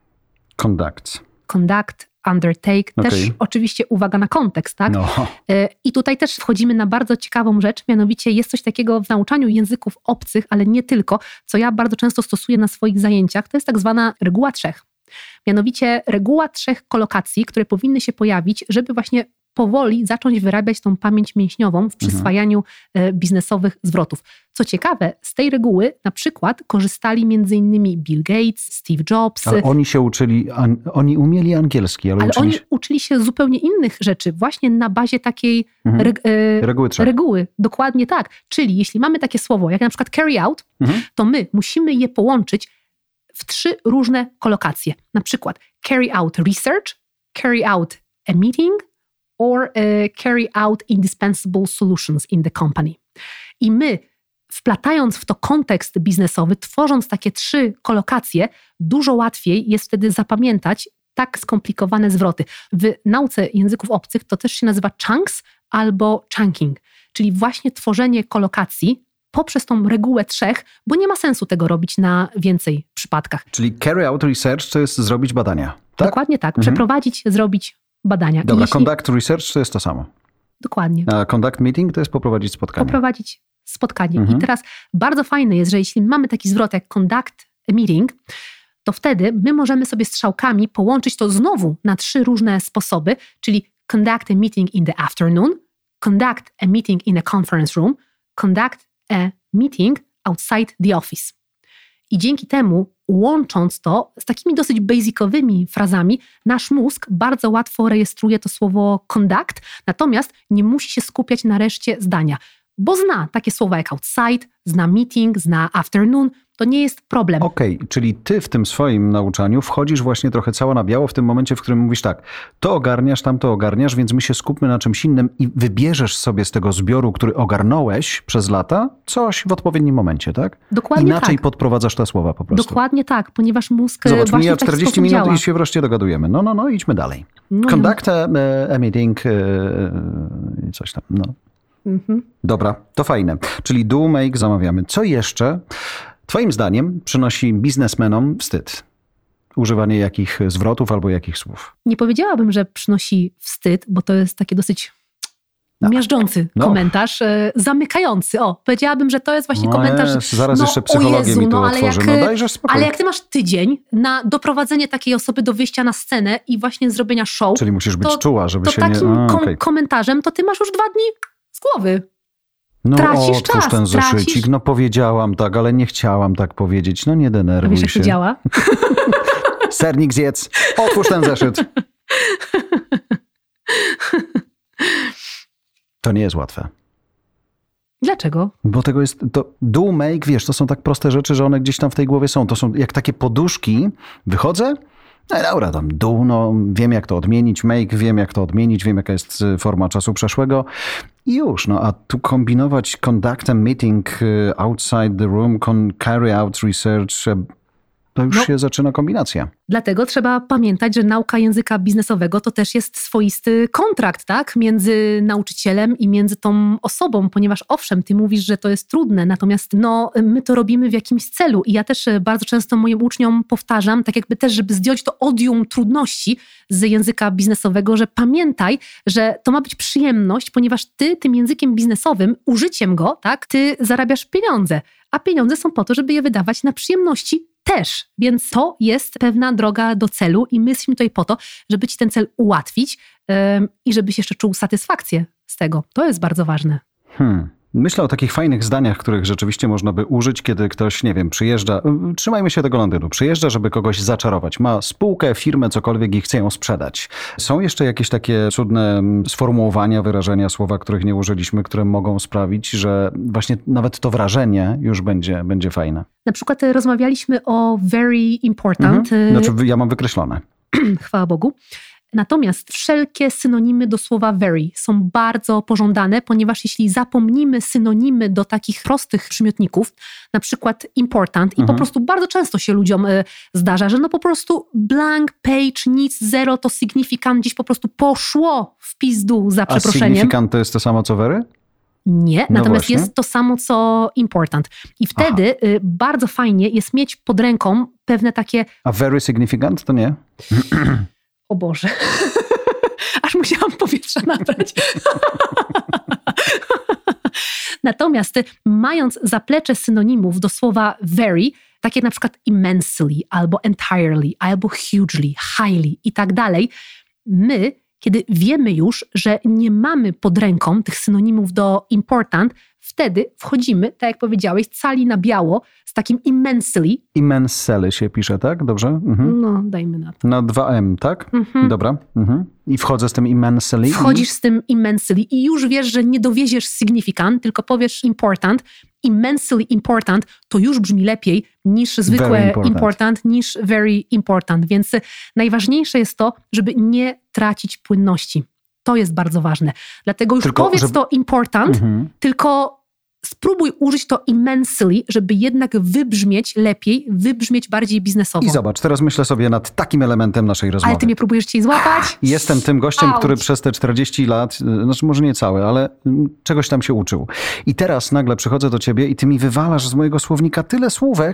Conduct. Conduct, undertake. Okay. Też oczywiście uwaga na kontekst, tak? No. I tutaj też wchodzimy na bardzo ciekawą rzecz, mianowicie jest coś takiego w nauczaniu języków obcych, ale nie tylko, co ja bardzo często stosuję na swoich zajęciach, to jest tak zwana reguła trzech. Mianowicie reguła trzech kolokacji, które powinny się pojawić, żeby właśnie powoli zacząć wyrabiać tą pamięć mięśniową w przyswajaniu mhm. biznesowych zwrotów. Co ciekawe, z tej reguły na przykład korzystali między innymi Bill Gates, Steve Jobs. Ale oni się uczyli, an, oni umieli angielski, ale, ale uczyli oni się... uczyli się zupełnie innych rzeczy, właśnie na bazie takiej mhm. reg, e, reguły trzech. Reguły. Dokładnie tak. Czyli jeśli mamy takie słowo, jak na przykład carry out, mhm. to my musimy je połączyć w trzy różne kolokacje. Na przykład carry out research, carry out a meeting, or uh, carry out indispensable solutions in the company. I my, wplatając w to kontekst biznesowy, tworząc takie trzy kolokacje, dużo łatwiej jest wtedy zapamiętać tak skomplikowane zwroty. W nauce języków obcych to też się nazywa chunks albo chunking, czyli właśnie tworzenie kolokacji poprzez tą regułę trzech, bo nie ma sensu tego robić na więcej przypadkach. Czyli carry out research to jest zrobić badania, tak? Dokładnie tak. Mhm. Przeprowadzić, zrobić badania. Dobra, jeśli... conduct research to jest to samo. Dokładnie. A conduct meeting to jest poprowadzić spotkanie. Poprowadzić spotkanie. Mhm. I teraz bardzo fajne jest, że jeśli mamy taki zwrot jak conduct a meeting, to wtedy my możemy sobie strzałkami połączyć to znowu na trzy różne sposoby, czyli conduct a meeting in the afternoon, conduct a meeting in a conference room, conduct a meeting outside the office. I dzięki temu, łącząc to z takimi dosyć basicowymi frazami, nasz mózg bardzo łatwo rejestruje to słowo conduct, natomiast nie musi się skupiać na reszcie zdania, bo zna takie słowa jak outside, zna meeting, zna afternoon, to nie jest problem. Okej, okay, czyli ty w tym swoim nauczaniu wchodzisz właśnie trochę cało na biało w tym momencie, w którym mówisz tak, to ogarniasz, tamto ogarniasz, więc my się skupmy na czymś innym i wybierzesz sobie z tego zbioru, który ogarnąłeś przez lata, coś w odpowiednim momencie, tak? Dokładnie Inaczej tak. podprowadzasz te słowa po prostu. Dokładnie tak, ponieważ mózg Zobacz, właśnie mija w taki czterdzieści sposób minut działa. i się wreszcie dogadujemy. No, no, no, idźmy dalej. No Conduct a, a meeting, i coś tam, no. Mhm. Dobra, to fajne. Czyli do, make, zamawiamy. Co jeszcze twoim zdaniem przynosi biznesmenom wstyd? Używanie jakich zwrotów albo jakich słów? Nie powiedziałabym, że przynosi wstyd, bo to jest taki dosyć No. miażdżący No. komentarz, e, zamykający. O, powiedziałabym, że to jest właśnie No komentarz... jest, zaraz no, jeszcze psychologię o Jezu, mi tu no, ale otworzy. jak, No dajże spokój. Ale jak ty masz tydzień na doprowadzenie takiej osoby do wyjścia na scenę i właśnie zrobienia show, Czyli musisz być to, czuła, żeby to się takim nie... A, kom- okej. komentarzem to ty masz już dwa dni z głowy. No tracisz otwórz czas, ten tracisz- zeszycik. No powiedziałam tak, ale nie chciałam tak powiedzieć. No nie A denerwuj wiesz, jak się. to działa? Sernik zjedz. Otwórz ten zeszyt. To nie jest łatwe. Dlaczego? Bo tego jest, to do, make, wiesz, to są tak proste rzeczy, że one gdzieś tam w tej głowie są. To są jak takie poduszki. Wychodzę, no i dobra, tam do, no wiem jak to odmienić, make, wiem jak to odmienić, wiem jaka jest forma czasu przeszłego i już. No a tu kombinować conduct a meeting y, outside the room, con, carry out research, y, to już No. się zaczyna kombinacja. Dlatego trzeba pamiętać, że nauka języka biznesowego to też jest swoisty kontrakt, tak? Między nauczycielem i między tą osobą, ponieważ owszem, ty mówisz, że to jest trudne, natomiast no, my to robimy w jakimś celu i ja też bardzo często moim uczniom powtarzam, tak jakby też, żeby zdjąć to odium trudności z języka biznesowego, że pamiętaj, że to ma być przyjemność, ponieważ ty tym językiem biznesowym, użyciem go, tak? Ty zarabiasz pieniądze, a pieniądze są po to, żeby je wydawać na przyjemności też, więc to jest pewna droga do celu i my jesteśmy tutaj po to, żeby ci ten cel ułatwić yy, i żebyś jeszcze czuł satysfakcję z tego. To jest bardzo ważne. Hmm. Myślę o takich fajnych zdaniach, których rzeczywiście można by użyć, kiedy ktoś, nie wiem, przyjeżdża, trzymajmy się tego Londynu, przyjeżdża, żeby kogoś zaczarować, ma spółkę, firmę, cokolwiek i chce ją sprzedać. Są jeszcze jakieś takie cudne sformułowania, wyrażenia, słowa, których nie użyliśmy, które mogą sprawić, że właśnie nawet to wrażenie już będzie, będzie fajne. Na przykład y, rozmawialiśmy o very important. Mhm. y, Znaczy ja mam wykreślone. Chwała Bogu. Natomiast wszelkie synonimy do słowa very są bardzo pożądane, ponieważ jeśli zapomnimy synonimy do takich prostych przymiotników, na przykład important, i Mhm. po prostu bardzo często się ludziom y, zdarza, że no po prostu blank page, nic, zero to significant, gdzieś po prostu poszło w pizdu za A przeproszeniem. significant to jest to samo co very? Nie, No natomiast właśnie. jest to samo co important. I wtedy y, bardzo fajnie jest mieć pod ręką pewne takie, A very significant to nie? o Boże, aż musiałam powietrza nabrać. Natomiast y, mając zaplecze synonimów do słowa very, takie na przykład immensely, albo entirely, albo hugely, highly i tak dalej, my, kiedy wiemy już, że nie mamy pod ręką tych synonimów do important, wtedy wchodzimy, tak jak powiedziałeś, cali na biało z takim immensely. Immensely się pisze, tak? Dobrze? Mhm. No, dajmy na to. Na dwa M, tak? Mhm. Dobra. Mhm. I wchodzę z tym immensely. Wchodzisz z tym immensely i już wiesz, że nie dowieziesz significant, tylko powiesz important. Immensely important to już brzmi lepiej niż zwykłe Very important. important. niż very important. Więc najważniejsze jest to, żeby nie tracić płynności. To jest bardzo ważne. Dlatego już Tylko, powiedz żeby- to important, Mhm. tylko spróbuj użyć to immensely, żeby jednak wybrzmieć lepiej, wybrzmieć bardziej biznesowo. I zobacz, teraz myślę sobie nad takim elementem naszej rozmowy. Ale ty mnie próbujesz dzisiaj złapać? Jestem tym gościem, Auć. który przez te czterdzieści lat, y, znaczy może nie całe, ale mm, czegoś tam się uczył. I teraz nagle przychodzę do ciebie i ty mi wywalasz z mojego słownika tyle słówek,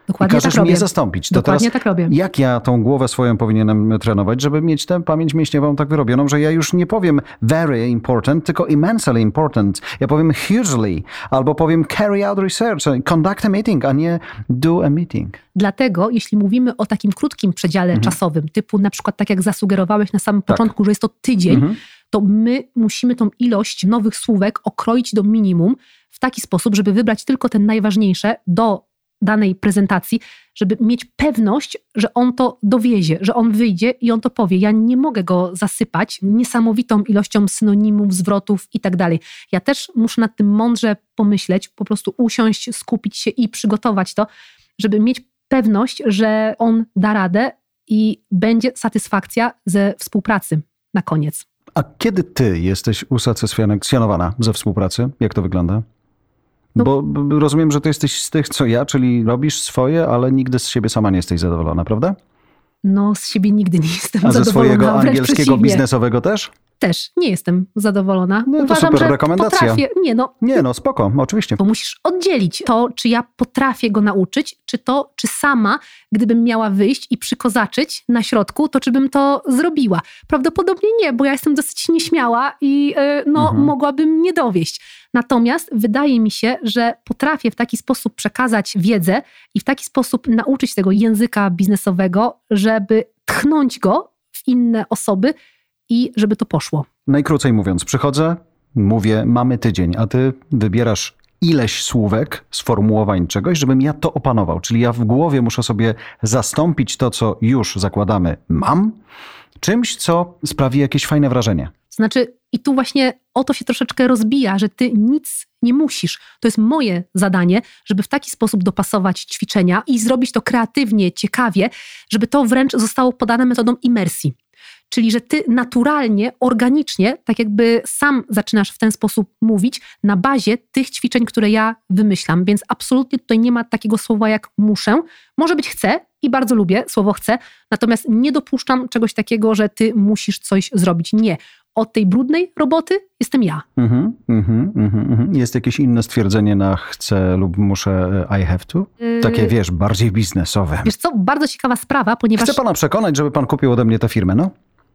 Dokładnie I każesz tak robię. mnie zastąpić. To Dokładnie teraz, tak robię. jak ja tą głowę swoją powinienem trenować, żeby mieć tę pamięć mięśniową tak wyrobioną, że ja już nie powiem very important, tylko immensely important. Ja powiem hugely, albo powiem carry out research, conduct a meeting, a nie do a meeting. Dlatego, jeśli mówimy o takim krótkim przedziale Mhm. czasowym, typu na przykład tak jak zasugerowałeś na samym Tak. początku, że jest to tydzień, Mhm. to my musimy tą ilość nowych słówek okroić do minimum w taki sposób, żeby wybrać tylko te najważniejsze do danej prezentacji, żeby mieć pewność, że on to dowiezie, że on wyjdzie i on to powie. Ja nie mogę go zasypać niesamowitą ilością synonimów, zwrotów i tak dalej. Ja też muszę nad tym mądrze pomyśleć, po prostu usiąść, skupić się i przygotować to, żeby mieć pewność, że on da radę i będzie satysfakcja ze współpracy na koniec. A kiedy ty jesteś usatysfakcjonowana ze współpracy? Jak to wygląda? No. Bo b- rozumiem, że ty jesteś z tych, co ja, czyli robisz swoje, ale nigdy z siebie sama nie jesteś zadowolona, prawda? No, z siebie nigdy nie jestem A ze zadowolona. swojego wręcz angielskiego przeciwnie. biznesowego też? Też nie jestem zadowolona. No to Uważam, super że rekomendacja. potrafię. Nie no, Nie, no spoko, oczywiście. bo musisz oddzielić to, czy ja potrafię go nauczyć, czy to, czy sama, gdybym miała wyjść i przykozaczyć na środku, to czy bym to zrobiła. Prawdopodobnie nie, bo ja jestem dosyć nieśmiała i yy, no, Mhm. mogłabym nie dowieść. Natomiast wydaje mi się, że potrafię w taki sposób przekazać wiedzę i w taki sposób nauczyć tego języka biznesowego, żeby tchnąć go w inne osoby i żeby to poszło. Najkrócej mówiąc, przychodzę, mówię, mamy tydzień, a ty wybierasz ileś słówek, sformułowań czegoś, żebym ja to opanował. Czyli ja w głowie muszę sobie zastąpić to, co już zakładamy mam, czymś, co sprawi jakieś fajne wrażenie. Znaczy, i tu właśnie o to się troszeczkę rozbija, że ty nic nie musisz. To jest moje zadanie, żeby w taki sposób dopasować ćwiczenia i zrobić to kreatywnie, ciekawie, żeby to wręcz zostało podane metodą imersji. Czyli, że ty naturalnie, organicznie, tak jakby sam zaczynasz w ten sposób mówić na bazie tych ćwiczeń, które ja wymyślam. Więc absolutnie tutaj nie ma takiego słowa jak muszę. Może być chcę i bardzo lubię słowo chcę, natomiast nie dopuszczam czegoś takiego, że ty musisz coś zrobić. Nie. Od tej brudnej roboty jestem ja. Mhm, mhm, mhm, mhm. Jest jakieś inne stwierdzenie na chcę lub muszę, I have to? Takie, Yy, wiesz, bardziej biznesowe. Wiesz co, bardzo ciekawa sprawa, ponieważ... Chcę pana przekonać, żeby pan kupił ode mnie tę firmę, no?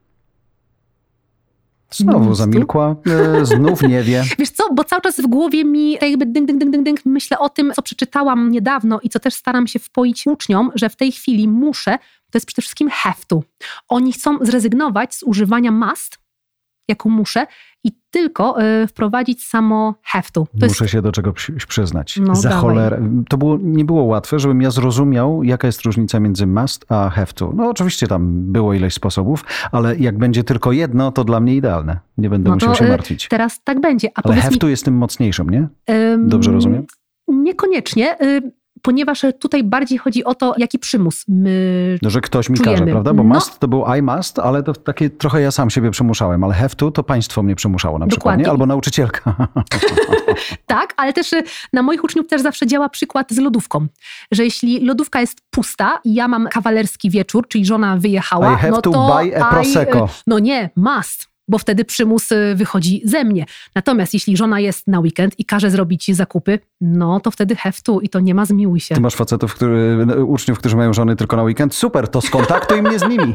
Znowu Mów tu. zamilkła, e, znów nie wie. Wiesz co, bo cały czas w głowie mi tak jakby dynk, dynk, dynk, dynk, dynk, myślę o tym, co przeczytałam niedawno i co też staram się wpoić uczniom, że w tej chwili muszę, to jest przede wszystkim have to. Oni chcą zrezygnować z używania must, jako muszę, i tylko y, wprowadzić samo have to. to Muszę jest... się do czego przy, przyznać. No, Za dawaj. cholerę. To było, nie było łatwe, żebym ja zrozumiał, jaka jest różnica między must a have to. No oczywiście tam było ileś sposobów, ale jak będzie tylko jedno, to dla mnie idealne. Nie będę No musiał to, się y, martwić. Teraz tak będzie. A Ale powiedz have mi, to jest tym mocniejszym, nie? ym, Dobrze rozumiem? Niekoniecznie, y, ponieważ tutaj bardziej chodzi o to, jaki przymus my No, że ktoś mi czujemy. każe, prawda? Bo No. must to był I must, ale to takie trochę ja sam siebie przymuszałem. Ale have to to państwo mnie przymuszało na przykład, Dokładnie. nie? Albo nauczycielka. Tak, ale też y, na moich uczniów też zawsze działa przykład z lodówką. Że jeśli lodówka jest pusta i ja mam kawalerski wieczór, czyli żona wyjechała, I have no to to buy a I, prosecco. y, no nie, must, bo wtedy przymus y, wychodzi ze mnie. Natomiast jeśli żona jest na weekend i każe zrobić zakupy, no to wtedy have to i to nie ma zmiłuj się. Ty masz facetów, który, uczniów, którzy mają żony tylko na weekend? Super, to skontaktuj mnie z nimi.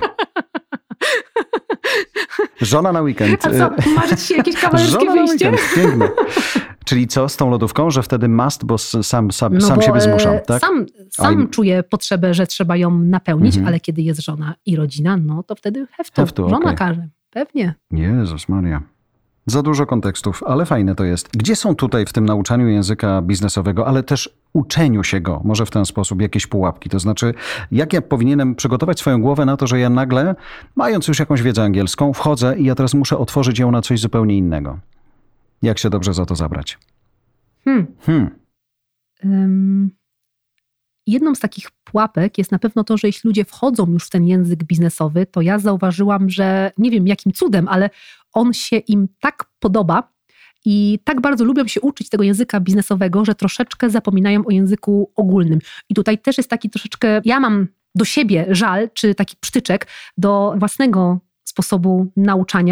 Żona na weekend. A co, marzy ci się jakieś kawalerskie Żona na wyjście? weekend, piękne. Czyli co z tą lodówką, że wtedy must, bo sam, sam, No sam bo, siebie zmuszam, e, tak? Sam, sam A- czuję potrzebę, że trzeba ją napełnić, Mhm. ale kiedy jest żona i rodzina, no to wtedy have to. Have to, Żona okej. każe. Pewnie. Jezus Maria. Za dużo kontekstów, ale fajne to jest. Gdzie są tutaj w tym nauczaniu języka biznesowego, ale też uczeniu się go, może w ten sposób, jakieś pułapki? To znaczy, jak ja powinienem przygotować swoją głowę na to, że ja nagle, mając już jakąś wiedzę angielską, wchodzę i ja teraz muszę otworzyć ją na coś zupełnie innego. Jak się dobrze za to zabrać? Hmm. Hmm. Ym, Jedną z takich pułapek jest na pewno to, że jeśli ludzie wchodzą już w ten język biznesowy, to ja zauważyłam, że nie wiem jakim cudem, ale on się im tak podoba i tak bardzo lubią się uczyć tego języka biznesowego, że troszeczkę zapominają o języku ogólnym. I tutaj też jest taki troszeczkę, ja mam do siebie żal, czy taki przytyczek do własnego sposobu nauczania,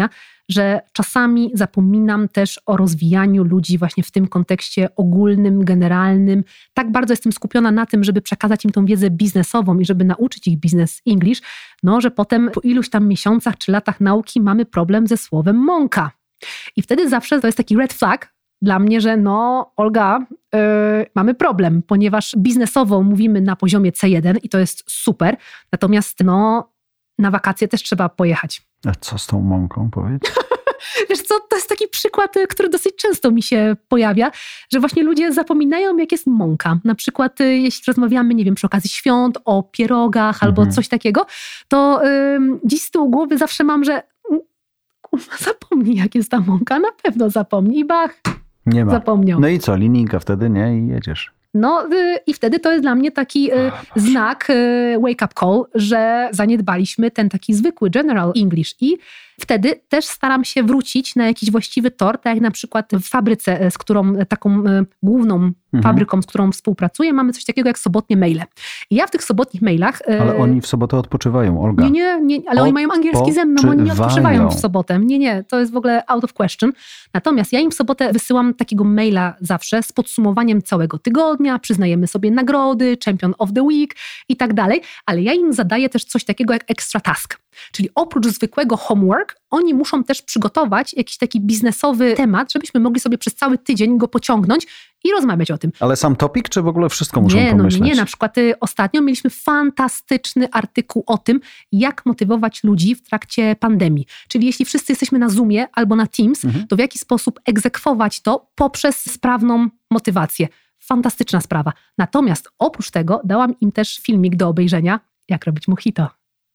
że czasami zapominam też o rozwijaniu ludzi właśnie w tym kontekście ogólnym, generalnym. Tak bardzo jestem skupiona na tym, żeby przekazać im tą wiedzę biznesową i żeby nauczyć ich biznes English, no, że potem po iluś tam miesiącach czy latach nauki mamy problem ze słowem mąka. I wtedy zawsze to jest taki red flag dla mnie, że no Olga, yy, mamy problem, ponieważ biznesowo mówimy na poziomie C jeden i to jest super, natomiast no na wakacje też trzeba pojechać. A co z tą mąką, powiedz? Wiesz co, to jest taki przykład, który dosyć często mi się pojawia, że właśnie ludzie zapominają, jak jest mąka. Na przykład jeśli rozmawiamy, nie wiem, przy okazji świąt, o pierogach albo mhm. coś takiego, to yy, dziś z tyłu głowy zawsze mam, że kurwa, zapomnij, jak jest ta mąka, na pewno zapomnij i bach, nie ma. Zapomniał. No i co, linijka wtedy, nie? I jedziesz. No yy, i wtedy to jest dla mnie taki yy, znak, yy, wake up call, że zaniedbaliśmy ten taki zwykły general English i wtedy też staram się wrócić na jakiś właściwy tor, tak jak na przykład w fabryce, z którą taką y, główną mhm. fabryką, z którą współpracuję, mamy coś takiego jak sobotnie maile. I ja w tych sobotnich mailach... Y, ale oni w sobotę odpoczywają, Olga. Nie, nie, nie ale oni mają angielski ze mną, oni nie odpoczywają w sobotę. Nie, nie, to jest w ogóle out of question. Natomiast ja im w sobotę wysyłam takiego maila zawsze z podsumowaniem całego tygodnia, przyznajemy sobie nagrody, champion of the week i tak dalej, ale ja im zadaję też coś takiego jak extra task. Czyli oprócz zwykłego homework, oni muszą też przygotować jakiś taki biznesowy temat, żebyśmy mogli sobie przez cały tydzień go pociągnąć i rozmawiać o tym. Ale sam topik, czy w ogóle wszystko muszą nie, pomyśleć? No nie, na przykład y, ostatnio mieliśmy fantastyczny artykuł o tym, jak motywować ludzi w trakcie pandemii. Czyli jeśli wszyscy jesteśmy na Zoomie albo na Teams, mhm. to w jaki sposób egzekwować to poprzez sprawną motywację. Fantastyczna sprawa. Natomiast oprócz tego dałam im też filmik do obejrzenia, jak robić mojito.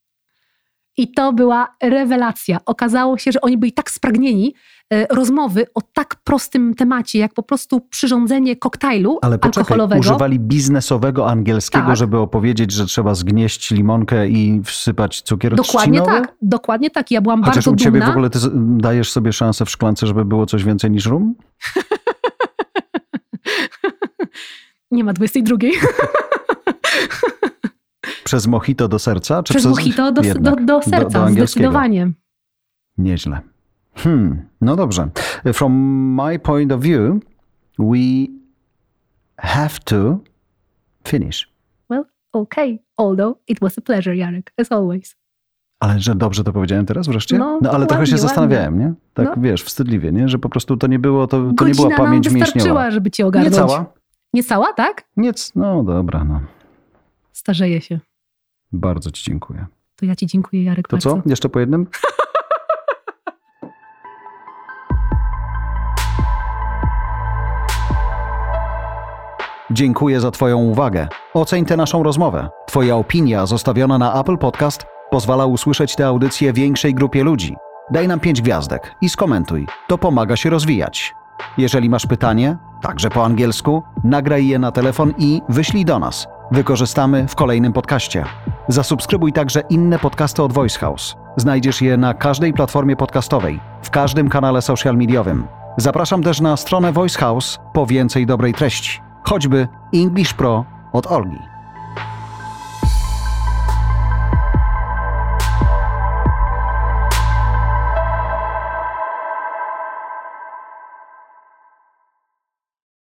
I to była rewelacja. Okazało się, że oni byli tak spragnieni e, rozmowy o tak prostym temacie, jak po prostu przyrządzenie koktajlu ale poczekaj, alkoholowego. Używali biznesowego angielskiego, tak. żeby opowiedzieć, że trzeba zgnieść limonkę i wsypać cukier Dokładnie trzcinowy? tak, dokładnie tak. Ja byłam Chociaż bardzo dumna. Chociaż u ciebie w ogóle ty dajesz sobie szansę w szklance, żeby było coś więcej niż rum? Nie ma dwudziestej drugiej. Przez mojito do serca? Czy przez przez mojito do, do, do serca, do, do zdecydowanie. Nieźle. Hmm, no dobrze. From my point of view, we have to finish. Well, okay. Although it was a pleasure, Jarek, as always. Ale że dobrze to powiedziałem teraz wreszcie? No, no ale ładnie, trochę się zastanawiałem, nie? Tak no. wiesz, wstydliwie, nie? Że po prostu to nie było, to, to Godzina nie była pamięć nam wystarczyła, mięśniowa. żeby cię ogarnąć. Nie cała? Nie cała, tak? Nie, no dobra, no. Starzeje się. Bardzo ci dziękuję. To ja ci dziękuję, Jarek, To bardzo. co? Jeszcze po jednym? Dziękuję za twoją uwagę. Oceń tę naszą rozmowę. Twoja opinia zostawiona na Apple Podcast pozwala usłyszeć tę audycję większej grupie ludzi. Daj nam pięć gwiazdek i skomentuj. To pomaga się rozwijać. Jeżeli masz pytanie, także po angielsku, nagraj je na telefon i wyślij do nas. Wykorzystamy w kolejnym podcaście. Zasubskrybuj także inne podcasty od Voice House. Znajdziesz je na każdej platformie podcastowej, w każdym kanale social mediowym. Zapraszam też na stronę Voice House po więcej dobrej treści. Choćby English Pro od Olgi.